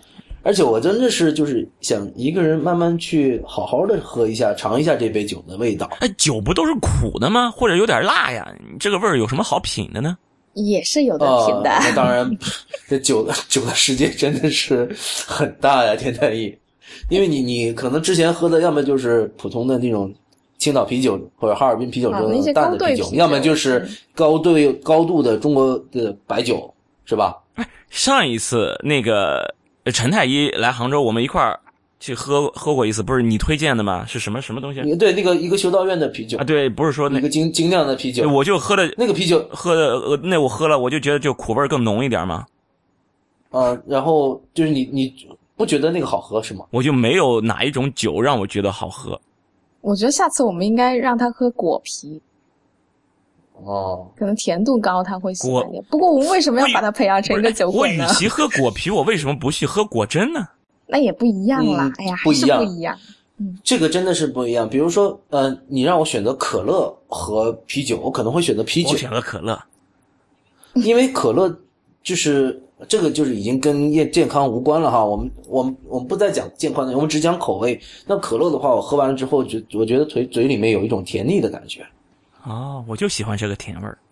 而且我真的是就是想一个人慢慢去好好的喝一下，尝一下这杯酒的味道。 哎，酒不都是苦的吗？或者有点辣呀？你这个味儿有什么好品的呢？ 也是有的品的。 呃、那当然，这酒的酒的世界真的是很大呀，天太医。因为你你可能之前喝的要么就是普通的那种青岛啤酒或者哈尔滨啤酒这种淡的啤酒， 啊、 要么就是高对高度的中国的白酒，是吧？ 上一次那个陈太医来杭州，我们一块儿去喝喝过一次，不是你推荐的吗？是什么什么东西？ 对，那个一个修道院的啤酒啊，对，不是说那一个精精酿的啤酒， 我就喝的那个啤酒， 喝的呃，那我喝了，我就觉得就苦味更浓一点嘛。 呃，然后就是你你不觉得那个好喝是吗？ 我就没有哪一种酒让我觉得好喝。 我觉得下次我们应该让他喝果啤。 哦， 可能甜度高他会喜欢点。不过我们为什么要把它培养成一个酒鬼呢？ 我与其喝果啤，我为什么不去喝果珍呢？ 那也不一样啦， 嗯、 哎呀， 不一样， 还是不一样。嗯， 这个真的是不一样。比如说，呃，你让我选择可乐和啤酒，我可能会选择啤酒。 我选择可乐， 因为可乐就是这个就是已经跟健康无关了哈。我们我们我们不再讲健康的，我们只讲口味。那可乐的话，我喝完了之后，就我觉得嘴嘴里面有一种甜腻的感觉。 哦，我就喜欢这个甜味儿。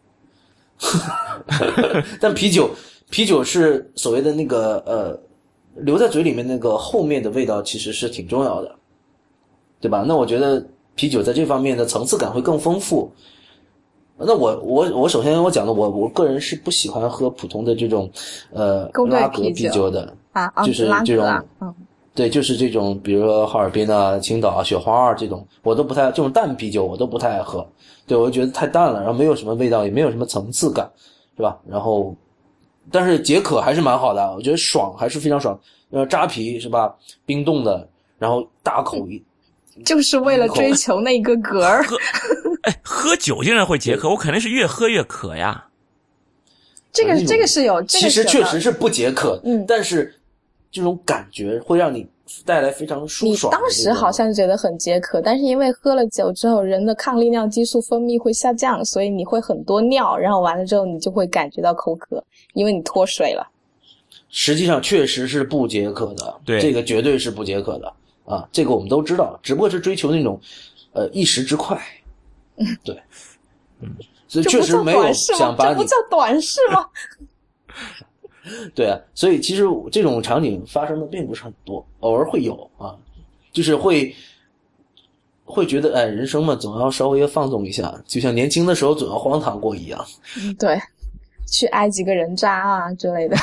但啤酒，啤酒是所谓的那个呃，留在嘴里面那个后面的味道，其实是挺重要的，对吧？那我觉得啤酒在这方面的层次感会更丰富。那我我我首先我讲的，我我个人是不喜欢喝普通的这种呃拉格啤酒的啊， 就是这种。 嗯， 对，就是这种，比如说哈尔滨啊、青岛啊、雪花啊这种，我都不太，这种淡啤酒我都不太爱喝。对，我就觉得太淡了，然后没有什么味道，也没有什么层次感，是吧？然后，但是解渴还是蛮好的，我觉得爽还是非常爽。呃，扎啤是吧？冰冻的，然后大口一， 就是为了追求那个格儿。 喝，哎，喝酒竟然会解渴，我肯定是越喝越渴呀。 这个这个是有，这个、 其实确实是不解渴， 嗯， 但是这种感觉会让你带来非常舒爽。 你当时好像觉得很解渴，但是因为喝了酒之后，人的抗利尿激素分泌会下降，所以你会很多尿，然后完了之后你就会感觉到口渴，因为你脱水了。 实际上确实是不解渴的， 对， 这个绝对是不解渴的啊，这个我们都知道，只不过是追求那种呃一时之快。嗯，对，嗯，所以确实没有想把你， 这不叫短视吗？ 对啊，所以其实这种场景发生的并不是很多，偶尔会有啊，就是会会觉得哎，人生嘛，总要稍微放纵一下，就像年轻的时候总要荒唐过一样。 嗯，对，去挨几个人渣啊之类的。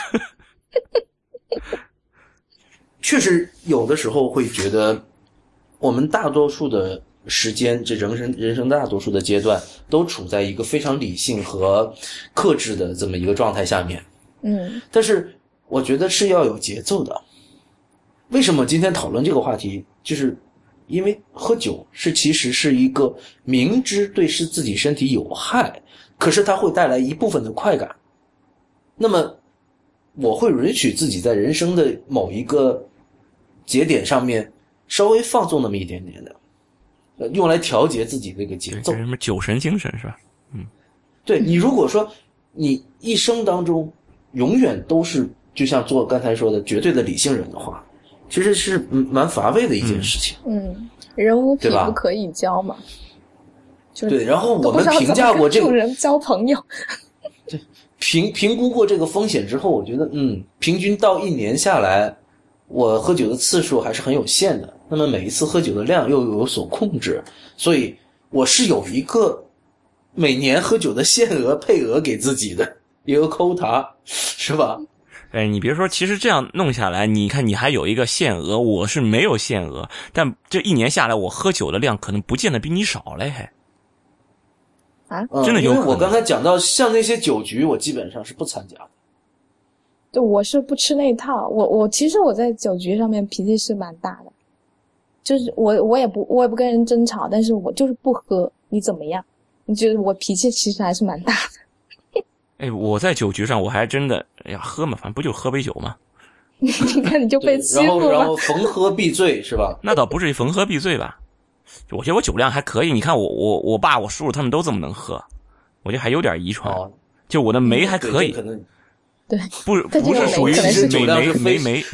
确实有的时候会觉得，我们大多数的时间，这人生人生大多数的阶段，都处在一个非常理性和克制的这么一个状态下面。 嗯， 但是我觉得是要有节奏的。为什么今天讨论这个话题，就是因为喝酒是其实是一个明知对是自己身体有害，可是它会带来一部分的快感。那么我会允许自己在人生的某一个节点上面稍微放纵那么一点点的，呃，用来调节自己这个节奏。 这什么酒神精神是吧？嗯， 对，你如果说你一生当中永远都是就像做刚才说的绝对的理性人的话，其实是蛮乏味的一件事情。 嗯，人无癖不可以交嘛。就是对，然后我们评价过这个人交朋友。 对，评评估过这个风险之后，我觉得嗯，平均到一年下来，我喝酒的次数还是很有限的。那么每一次喝酒的量又有所控制，所以我是有一个每年喝酒的限额配额给自己的一个 quota， 是吧？ 哎，你别说，其实这样弄下来，你看你还有一个限额，我是没有限额，但这一年下来，我喝酒的量可能不见得比你少嘞，还。 啊， 真的有可能。 因为我刚才讲到，像那些酒局，我基本上是不参加的。 对，我是不吃那一套。我我其实我在酒局上面脾气是蛮大的，就是我我也不我也不跟人争吵，但是我就是不喝，你怎么样？你觉得我脾气其实还是蛮大的。 哎，我在酒局上我还真的，哎呀，喝嘛，反正不就喝杯酒嘛。 你看你就被欺负了。 然后然后逢喝必醉是吧？ 那倒不至于逢喝必醉吧。我觉得我酒量还可以，你看我我我爸我叔叔他们都这么能喝，我觉得还有点遗传。哦，就我的酶还可以。 可能对， 不不是属于美酶美酶，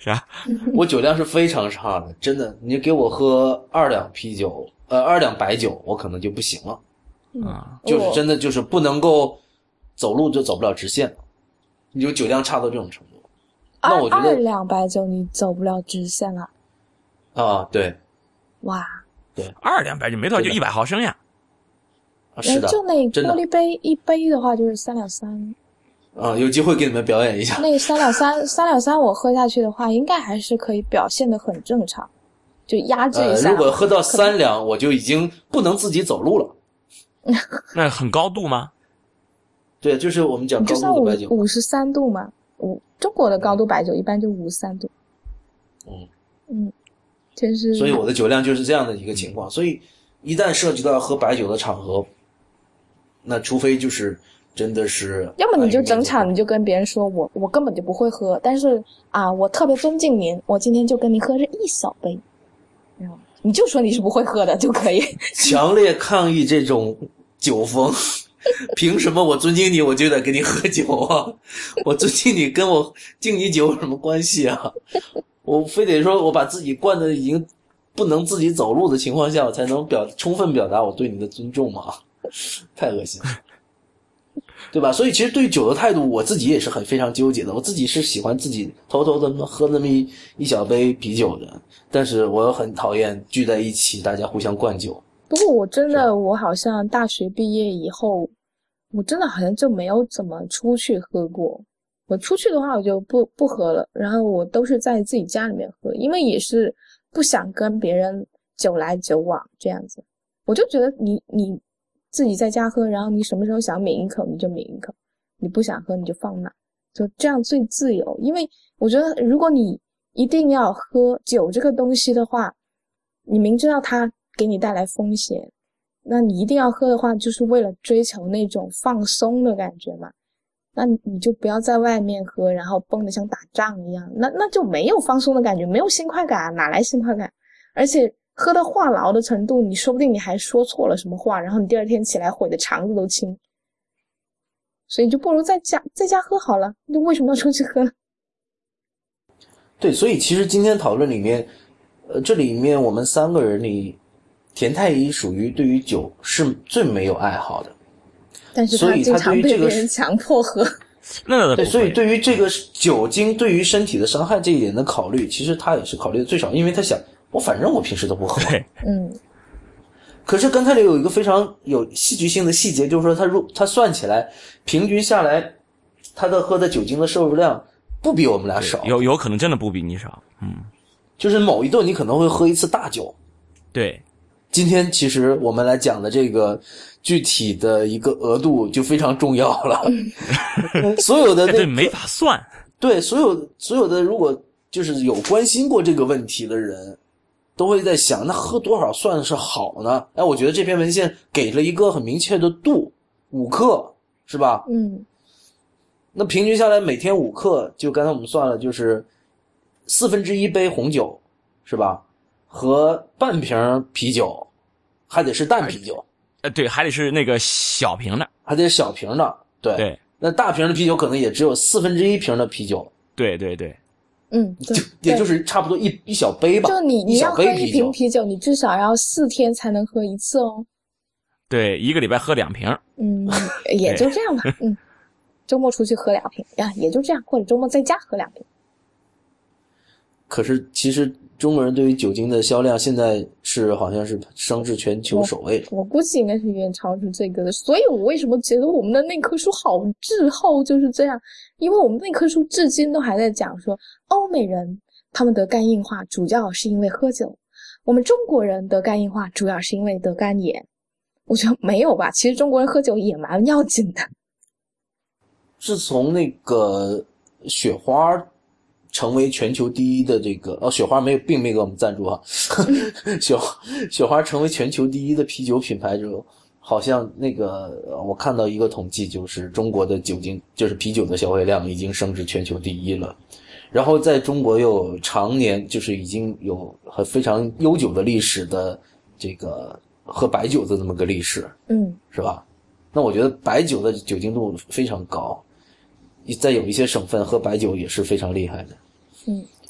是吧？ 我酒量是非常差的，真的。你给我喝二两啤酒，呃，二两白酒，我可能就不行了。 啊、 嗯，就是真的就是不能够走路就走不了直线，你就酒量差到这种程度。那我觉得二两白酒你走不了直线了。 啊，对， 哇， 对， 二两白酒没多少，就一百毫升呀。 啊，是的， 就那真的玻璃杯一杯的话就是三两三。 啊，有机会给你们表演一下。 那三两三三两三我喝下去的话，应该还是可以表现得很正常，就压制一下。 呃，如果喝到三两，我就已经不能自己走路了。 那很高度吗？ 对，就是我们讲高度的白酒， 五十三度嘛，五中国的高度白酒一般就五十三度。 嗯嗯，就是。 所以我的酒量就是这样的一个情况。所以一旦涉及到喝白酒的场合，那除非就是真的是， 要么你就整场你就跟别人说我我根本就不会喝，但是啊我特别尊敬您，我今天就跟您喝这一小杯，嗯，你就说你是不会喝的就可以。 强烈抗议这种酒疯。凭什么我尊敬你我就得跟你喝酒啊？我尊敬你跟我敬你酒有什么关系啊？我非得说我把自己灌得已经不能自己走路的情况下，我才能表充分表达我对你的尊重吗？太恶心了，对吧？所以其实对于酒的态度我自己也是很非常纠结的。我自己是喜欢自己偷偷的喝那么一一小杯啤酒的，但是我又很讨厌聚在一起大家互相灌酒。 不过我真的我好像大学毕业以后我真的好像就没有怎么出去喝过。我出去的话我就不不喝了，然后我都是在自己家里面喝，因为也是不想跟别人酒来酒往这样子。我就觉得你你自己在家喝，然后你什么时候想抿一口你就抿一口，你不想喝你就放那，就这样最自由。因为我觉得如果你一定要喝酒这个东西的话，你明知道它给你带来风险，那你一定要喝的话就是为了追求那种放松的感觉嘛。那你就不要在外面喝然后蹦得像打仗一样，那那就没有放松的感觉，没有新快感，哪来新快感？而且喝到话痨的程度，你说不定你还说错了什么话，然后你第二天起来悔的肠子都青。所以就不如在家在家喝好了，就为什么要出去喝呢？ 对，所以其实今天讨论里面呃，这里面我们三个人里田太医属于对于酒是最没有爱好的， 但是他经常被别人强迫喝。 那对，所以对于这个酒精对于身体的伤害这一点的考虑，其实他也是考虑的最少，因为他想我反正我平时都不喝。 嗯。 可是刚才里有一个非常有戏剧性的细节，就是说他如他算起来平均下来他的喝的酒精的摄入量不比我们俩少， 有有可能真的不比你少。嗯， 就是某一顿你可能会喝一次大酒。 对， 今天其实我们来讲的这个具体的一个额度就非常重要了。所有的那对没法算。 对，所有所有的如果就是有关心过这个问题的人都会在想，那喝多少算是好呢？哎，我觉得这篇文献给了一个很明确的度，五克是吧？ 嗯， 那平均下来每天五克，就刚才我们算了，就是四分之一杯红酒是吧？和半瓶啤酒，还得是淡啤酒。 呃，对，还得是那个小瓶的， 还得是小瓶的。对对， 那大瓶的啤酒可能也只有四分之一瓶的啤酒。 对对对， 嗯， 就也就是差不多一一小杯吧。 就你你要喝一瓶啤酒， 你至少要四天才能喝一次哦。 对，一个礼拜喝两瓶。 嗯，也就这样吧。嗯，周末出去喝两瓶呀，也就这样，或者周末在家喝两瓶。 可是其实中国人对于酒精的销量现在是好像是升至全球首位了。 我, 我估计应该是远超出这个的，所以我为什么觉得我们的那棵树好滞后就是这样，因为我们那棵树至今都还在讲说欧美人他们得肝硬化主要是因为喝酒，我们中国人得肝硬化主要是因为得肝炎。我觉得没有吧，其实中国人喝酒也蛮要紧的。 是从那个雪花成为全球第一的这个哦，雪花没有并没给我们赞助哈，雪雪花成为全球第一的啤酒品牌之后，好像那个我看到一个统计，就是中国的酒精就是啤酒的消费量已经升至全球第一了。然后在中国有常年就是已经有很非常悠久的历史的这个喝白酒的这么个历史， 嗯， 是吧？那我觉得白酒的酒精度非常高，在有一些省份喝白酒也是非常厉害的。 嗯，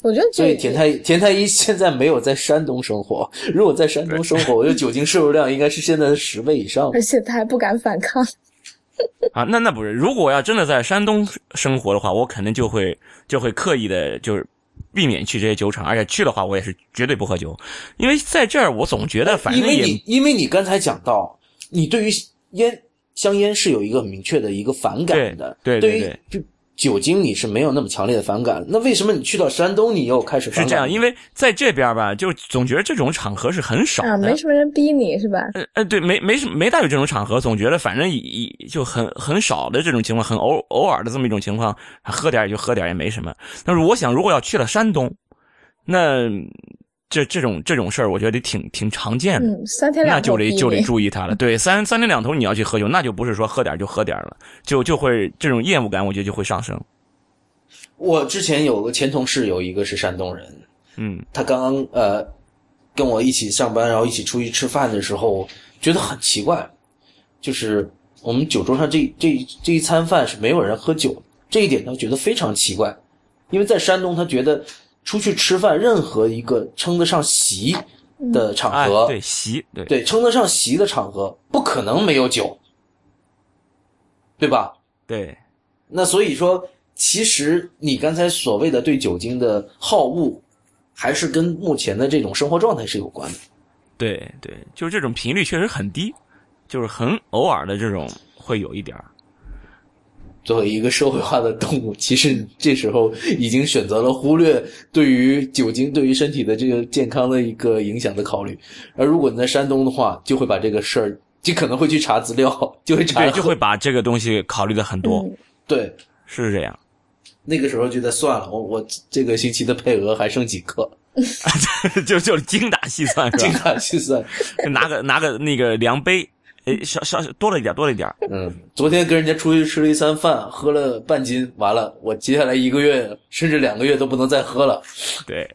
我觉得这所以田太田太一现在没有在山东生活，如果在山东生活，我觉得酒精摄入量应该是现在的十倍以上， 而且他还不敢反抗。 啊，那那不是，如果我要真的在山东生活的话，我肯定就会就会刻意的，就是避免去这些酒厂，而且去的话，我也是绝对不喝酒，因为在这儿我总觉得反正也因为你因为你刚才讲到，你对于烟香烟是有一个明确的一个反感的， 对对对对于酒精你是没有那么强烈的反感，那为什么你去到山东你又开始反感？ 是这样，因为在这边吧，就总觉得这种场合是很少的， 啊，没什么人逼你是吧？ 呃呃，对，没没没大有这种场合，总觉得反正以就很很少的这种情况，很偶偶尔的这么一种情况，喝点也就喝点也没什么。但是我想，如果要去了山东，那这这种这种事儿，我觉得挺挺常见的。 嗯，三天两那就得就得你注意它了。对，三三天两头你要去喝酒，那就不是说喝点就喝点了，就就会这种厌恶感，我觉得就会上升。 我之前有个前同事，有一个是山东人， 嗯， 他刚刚呃跟我一起上班，然后一起出去吃饭的时候，觉得很奇怪，就是我们酒桌上这这这一餐饭是没有人喝酒，这一点他觉得非常奇怪，因为在山东他觉得出去吃饭任何一个称得上席的场合， 哎、对席，对对称得上席的场合，不可能没有酒，对吧？ 对， 那所以说。其实你刚才所谓的对酒精的好恶，还是跟目前的这种生活状态是有关的。 对对，就是这种频率确实很低，就是很偶尔的这种会有一点。 作为一个社会化的动物，其实这时候已经选择了忽略对于酒精对于身体的这个健康的一个影响的考虑。而如果你在山东的话，就会把这个事儿，就可能会去查资料，就会查， 对，就会把这个东西考虑的很多。 嗯、 对， 是这样。 那个时候觉得算了，我我这个星期的配额还剩几克， 就就精打细算是吧？ 精打细算， 拿个拿个那个量杯，诶，稍稍多了一点，多了一点。 嗯，昨天跟人家出去吃了一餐饭，喝了半斤，完了，我接下来一个月甚至两个月都不能再喝了。 对。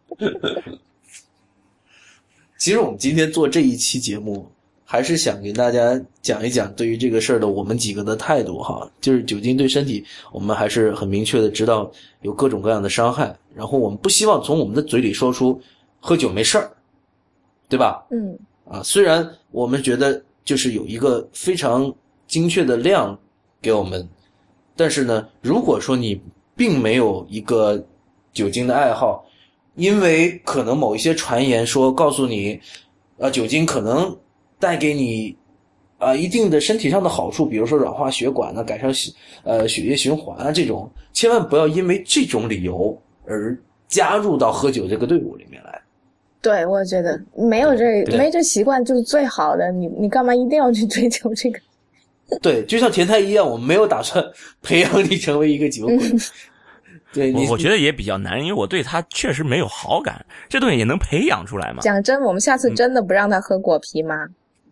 其实我们今天做这一期节目，还是想给大家讲一讲对于这个事儿的我们几个的态度哈，就是酒精对身体，我们还是很明确的知道有各种各样的伤害，然后我们不希望从我们的嘴里说出喝酒没事儿，对吧？ 嗯， 啊，虽然我们觉得就是有一个非常精确的量给我们，但是呢，如果说你并没有一个酒精的爱好，因为可能某一些传言说告诉你，啊，酒精可能带给你啊一定的身体上的好处，比如说软化血管啊，改善呃血液循环啊，这种千万不要因为这种理由而加入到喝酒这个队伍里面来。 对，我觉得没有这没这习惯就是最好的，你你干嘛一定要去追求这个？对， 就像田太一样，我们没有打算培养你成为一个酒鬼。对， 我我觉得也比较难，因为我对他确实没有好感，这东西也能培养出来吗？ 讲真，我们下次真的不让他喝果啤吗？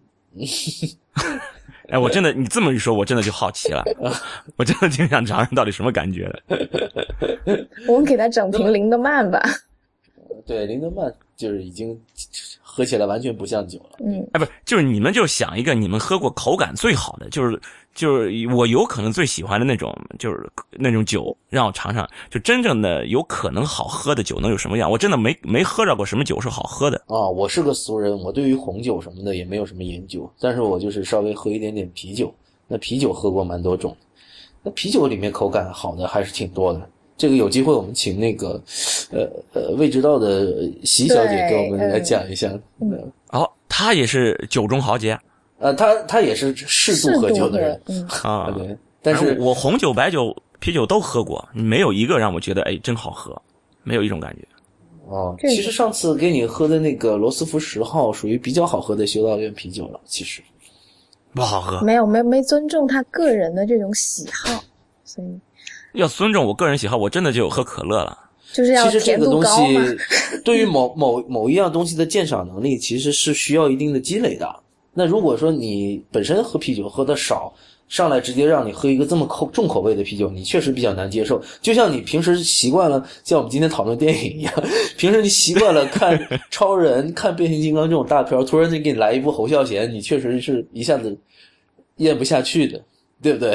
哎，我真的，你这么一说，我真的就好奇了，我真的挺想尝尝到底什么感觉的。 我们给他整瓶林德曼吧。 对，林德曼就是已经喝起来完全不像酒了。 嗯， 哎，不是，就是你们就想一个你们喝过口感最好的，就是就是我有可能最喜欢的那种，就是那种酒，让我尝尝，就真正的有可能好喝的酒能有什么样？我真的没没喝着过什么酒是好喝的。 啊、哦，我是个俗人，我对于红酒什么的也没有什么研究，但是我就是稍微喝一点点啤酒。那啤酒喝过蛮多种，那啤酒里面口感好的还是挺多的。这个有机会我们请那个呃呃未知道的席小姐给我们来讲一下。 嗯， 哦，她也是酒中豪杰。 呃，她她也是适度喝酒的人。 嗯啊， 对，但是我红酒、白酒、啤酒都喝过，没有一个让我觉得哎真好喝，没有一种感觉。 哦，其实上次给你喝的那个罗斯福十号属于比较好喝的修道院啤酒了，其实不好喝。 没有没没尊重他个人的这种喜好，所以要尊重我个人喜好，我真的就有喝可乐了。 就是要甜度高嘛。 其实这个东西对于某某某一样东西的鉴赏能力，其实是需要一定的积累的。那如果说你本身喝啤酒喝的少，上来直接让你喝一个这么口重口味的啤酒，你确实比较难接受。就像你平时习惯了，像我们今天讨论电影一样，平时你习惯了看超人、看变形金刚这种大片，突然间给你来一部侯孝贤，你确实是一下子咽不下去的，对不对？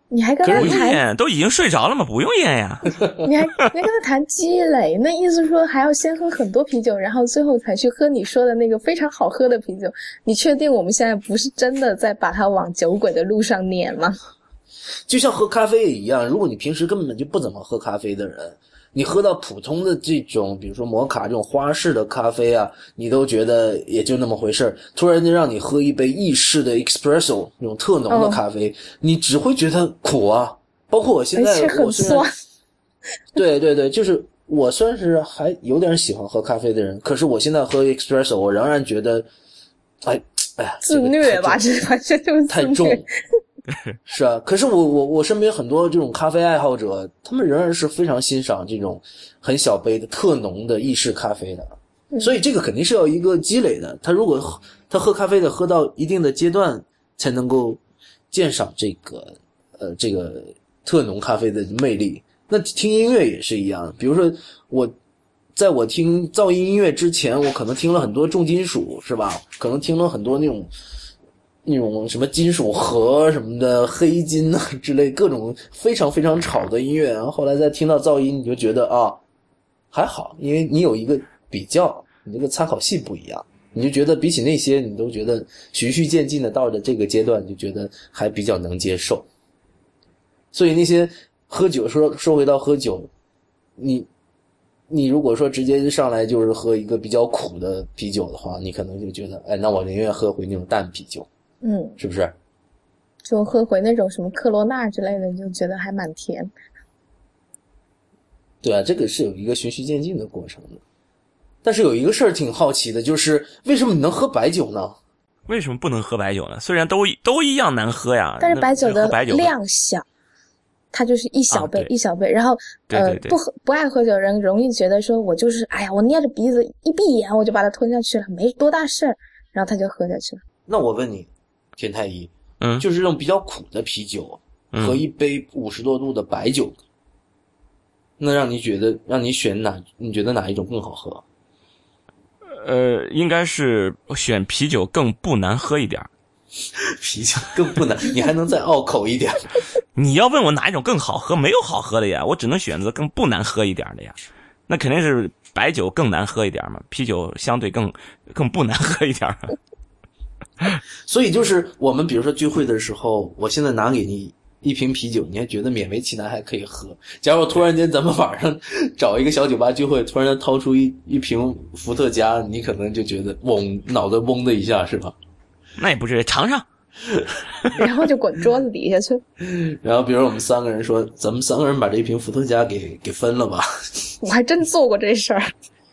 你还跟他不用谈， 验，都已经睡着了嘛，不用验呀。 你还你还跟他谈积累，那意思说还要先喝很多啤酒，然后最后才去喝你说的那个非常好喝的啤酒。你确定我们现在不是真的在把它往酒鬼的路上撵吗？ 就像喝咖啡也一样，如果你平时根本就不怎么喝咖啡的人，你喝到普通的这种比如说摩卡这种花式的咖啡啊，你都觉得也就那么回事，突然间让你喝一杯意式的 espresso 那种特浓的咖啡、哦、你只会觉得苦啊。包括我现在很酸， 对对对，就是我算是还有点喜欢喝咖啡的人，可是我现在喝 espresso 我仍然觉得哎哎呀自虐吧，这完全就是自虐太重是啊，可是我我我身边很多这种咖啡爱好者，他们仍然是非常欣赏这种很小杯的特浓的意式咖啡的，嗯、所以这个肯定是要一个积累的。他如果他喝咖啡的喝到一定的阶段，才能够鉴赏这个呃这个特浓咖啡的魅力。那听音乐也是一样，比如说我在我听噪音音乐之前，我可能听了很多重金属，是吧？可能听了很多那种。那种什么金属核什么的黑金啊之类各种非常非常吵的音乐，然后后来再听到噪音，你就觉得啊还好，因为你有一个比较，你这个参考系不一样，你就觉得比起那些你都觉得循序渐进的到了这个阶段，你就觉得还比较能接受。所以那些喝酒说说回到喝酒，你你如果说直接上来就是喝一个比较苦的啤酒的话，你可能就觉得哎，那我宁愿喝回那种淡啤酒。 嗯， 是不是？ 就喝回那种什么克罗纳之类的，就觉得还蛮甜。 对啊，这个是有一个循序渐进的过程的。但是有一个事儿挺好奇的，就是为什么你能喝白酒呢？ 为什么不能喝白酒呢？虽然都都一样难喝呀， 但是白酒的量小，它就是一小杯、啊、一小杯。然后对对对呃，不喝不爱喝酒的人容易觉得说，我就是哎呀，我捏着鼻子一闭眼我就把它吞下去了，没多大事儿，然后他就喝下去了。 那我问你。田太医， 嗯， 就是这种比较苦的啤酒、嗯、和一杯五十多度的白酒，那让你觉得让你选哪？你觉得哪一种更好喝？ 呃，应该是选啤酒更不难喝一点。 啤酒更不难，你还能再拗口一点？ 你要问我哪一种更好喝，没有好喝的呀，我只能选择更不难喝一点的呀。那肯定是白酒更难喝一点嘛，啤酒相对更更不难喝一点。 所以就是我们比如说聚会的时候，我现在拿给你一瓶啤酒，你还觉得勉为其难还可以喝。假如突然间咱们晚上找一个小酒吧聚会，突然间掏出一一瓶伏特加，你可能就觉得嗡，脑袋嗡的一下，是吧？ 那也不至于，尝尝， 然后就滚桌子底下去。 然后比如说我们三个人说，咱们三个人把这一瓶伏特加给给分了吧。 我还真做过这事儿。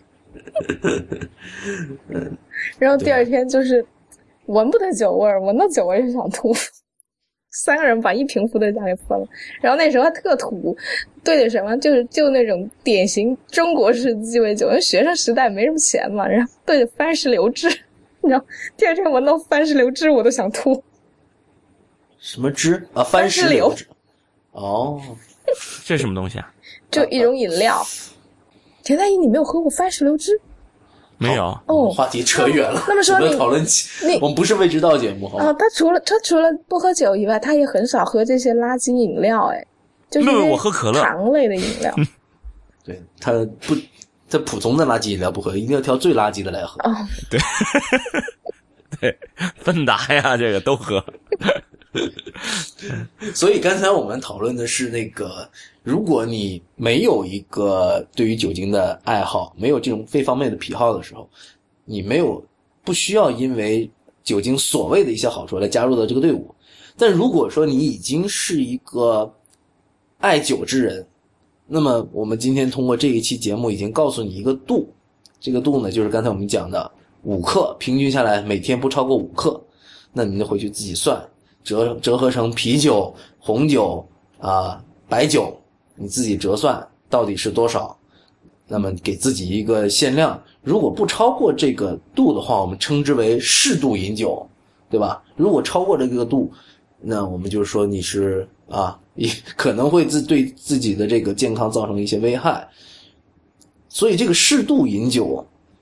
然后第二天就是闻不得酒味儿，闻到酒味儿就想吐。三个人把一瓶伏特加给分了，然后那时候还特土，兑的什么就是就那种典型中国式鸡尾酒，因为学生时代没什么钱嘛，然后兑的番石榴汁，然后第二天闻到番石榴汁我都想吐。 什么汁啊？番石榴汁。哦， 这是什么东西啊？ 就一种饮料。田太医，你没有喝过番石榴汁？ 没有哦， 话题扯远了。 那么说你讨论起，我们不是未知道节目哈。 啊，他除了他除了不喝酒以外，他也很少喝这些垃圾饮料，哎，就是我喝可乐糖类的饮料。 对，他不，他普通的垃圾饮料不喝，一定要挑最垃圾的来喝。 哦， 对，对，芬达呀，这个都喝。 所以刚才我们讨论的是那个，如果你没有一个对于酒精的爱好，没有这种这方面的癖好的时候，你没有不需要因为酒精所谓的一些好处来加入到这个队伍。但如果说你已经是一个爱酒之人，那么我们今天通过这一期节目已经告诉你一个度，这个度呢就是刚才我们讲的五克，平均下来每天不超过五克，那你就回去自己算，折折合成啤酒、红酒啊、白酒，你自己折算到底是多少，那么给自己一个限量，如果不超过这个度的话，我们称之为适度饮酒，对吧？如果超过这个度，那我们就说你是啊，可能会自对自己的这个健康造成一些危害。所以这个适度饮酒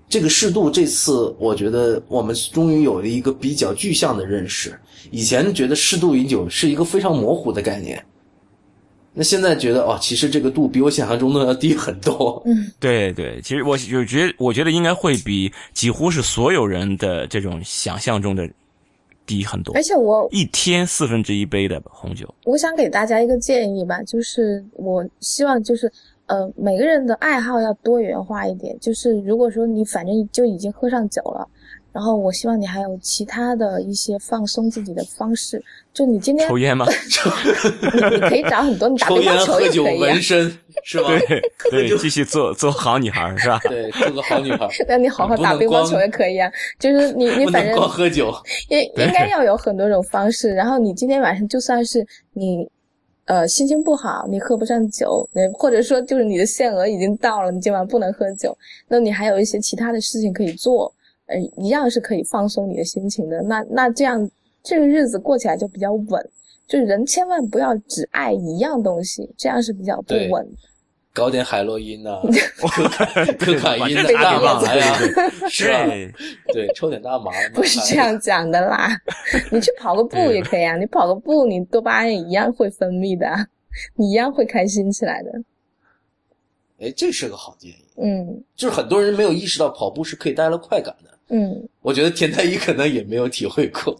这个适度这次我觉得我们终于有了一个比较具象的认识，以前觉得适度饮酒是一个非常模糊的概念，那现在觉得哦，其实这个度比我想象中的要低很多。 嗯， 对对，其实我就觉得，我觉得应该会比几乎是所有人的这种想象中的低很多。 而且我一天四分之一杯的红酒， 我想给大家一个建议吧，就是我希望就是呃每个人的爱好要多元化一点，就是如果说你反正就已经喝上酒了，然后我希望你还有其他的一些放松自己的方式，就你今天抽烟吗？ 你, 你可以找很多，你打抽烟、 乒乓球喝酒、 也可以、啊、 纹身是吧？ 对对，继续做做好女孩是吧？ 对，做个好女孩。 那你好好打乒乓球也可以啊，就是你你反正不能光喝酒， 应应该要有很多种方式。然后你今天晚上就算是你呃心情不好，你喝不上酒，或者说就是你的限额已经到了，你今晚不能喝酒，那你还有一些其他的事情可以做。呃，一样是可以放松你的心情的。那那这样这个日子过起来就比较稳。就是人千万不要只爱一样东西，这样是比较不稳。 搞点海洛因呐、啊，可卡因、 的大麻呀， 是吧？ 对，抽点大麻。 不是这样讲的啦，你去跑个步也可以啊，你跑个步，你多巴胺也一样会分泌的，你一样会开心起来的。 哎，这是个好建议。 嗯， 就是很多人没有意识到跑步是可以带来快感的。 嗯， 我觉得田太医可能也没有体会过。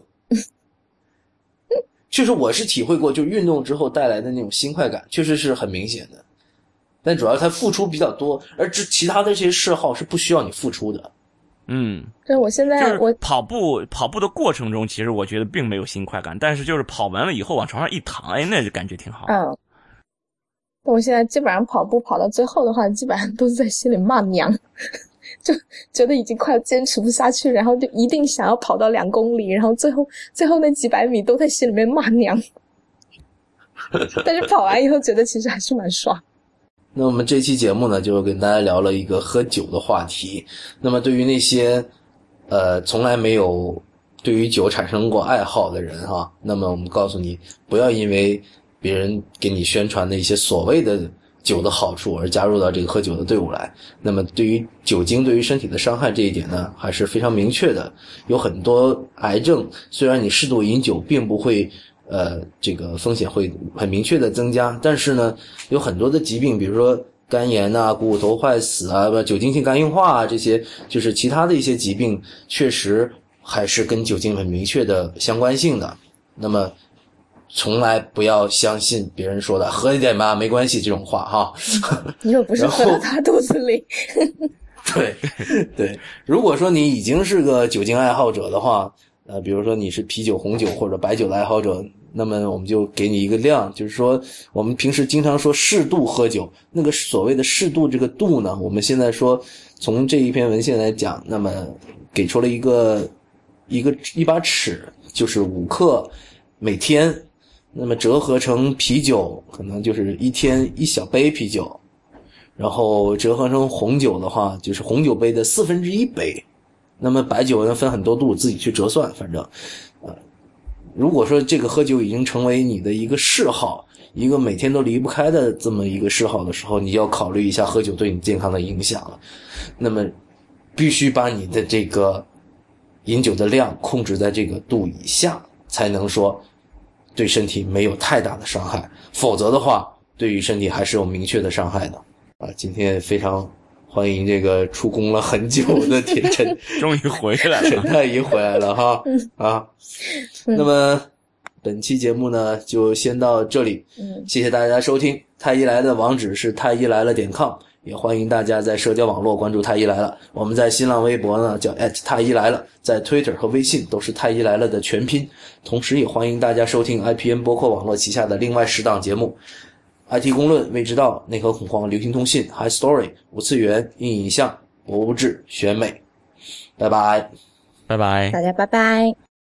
确实我是体会过，就运动之后带来的那种新快感，确实是很明显的。但主要它付出比较多，而这其他的这些嗜好是不需要你付出的。 嗯， 对，我现在我、 就是、跑步跑步的过程中，其实我觉得并没有新快感，但是就是跑完了以后往床上一躺，哎，那就感觉挺好。 嗯。我现在基本上跑步跑到最后的话，基本上都是在心里骂娘，就觉得已经快要坚持不下去，然后就一定想要跑到两公里，然后最后最后那几百米都在心里面骂娘。但是跑完以后觉得其实还是蛮爽。 那我们这期节目呢，就跟大家聊了一个喝酒的话题。那么对于那些呃从来没有对于酒产生过爱好的人哈，那么我们告诉你，不要因为别人给你宣传的一些所谓的酒的好处而加入到这个喝酒的队伍来。那么对于酒精对于身体的伤害这一点呢，还是非常明确的。有很多癌症，虽然你适度饮酒并不会呃这个风险会很明确的增加，但是呢有很多的疾病，比如说肝炎啊、骨头坏死啊、酒精性肝硬化啊，这些就是其他的一些疾病，确实还是跟酒精很明确的相关性的。那么从来不要相信别人说的喝一点吧没关系这种话哈。 你又不是喝到他肚子里。 对对，如果说你已经是个酒精爱好者的话，呃比如说你是啤酒、红酒或者白酒的爱好者，那么我们就给你一个量，就是说我们平时经常说适度喝酒，那个所谓的适度这个度呢，我们现在说从这一篇文献来讲，那么给出了一个一个一把尺，就是五克每天。那么折合成啤酒可能就是一天一小杯啤酒，然后折合成红酒的话就是红酒杯的四分之一杯。那么白酒呢分很多度，自己去折算。反正呃，如果说这个喝酒已经成为你的一个嗜好，一个每天都离不开的这么一个嗜好的时候，你就要考虑一下喝酒对你健康的影响了。那么必须把你的这个饮酒的量控制在这个度以下，才能说对身体没有太大的伤害，否则的话对于身体还是有明确的伤害的。啊，今天非常欢迎这个出宫了很久的田陈终于回来了， 陈太医回来了哈。啊，那么本期节目呢就先到这里，谢谢大家收听。太医来的网址是太医来了点 com， 也欢迎大家在社交网络关注太医来了。我们在新浪微博呢叫 at 太医来了，在 Twitter 和微信都是太医来了的全拼。同时也欢迎大家收听 I P N 播客网络旗下的另外十档节目：I T 公论、未知道、内核恐慌、流行通信、High Story、无次元、硬影像、博物志、选美。拜拜， 拜拜， 大家拜拜。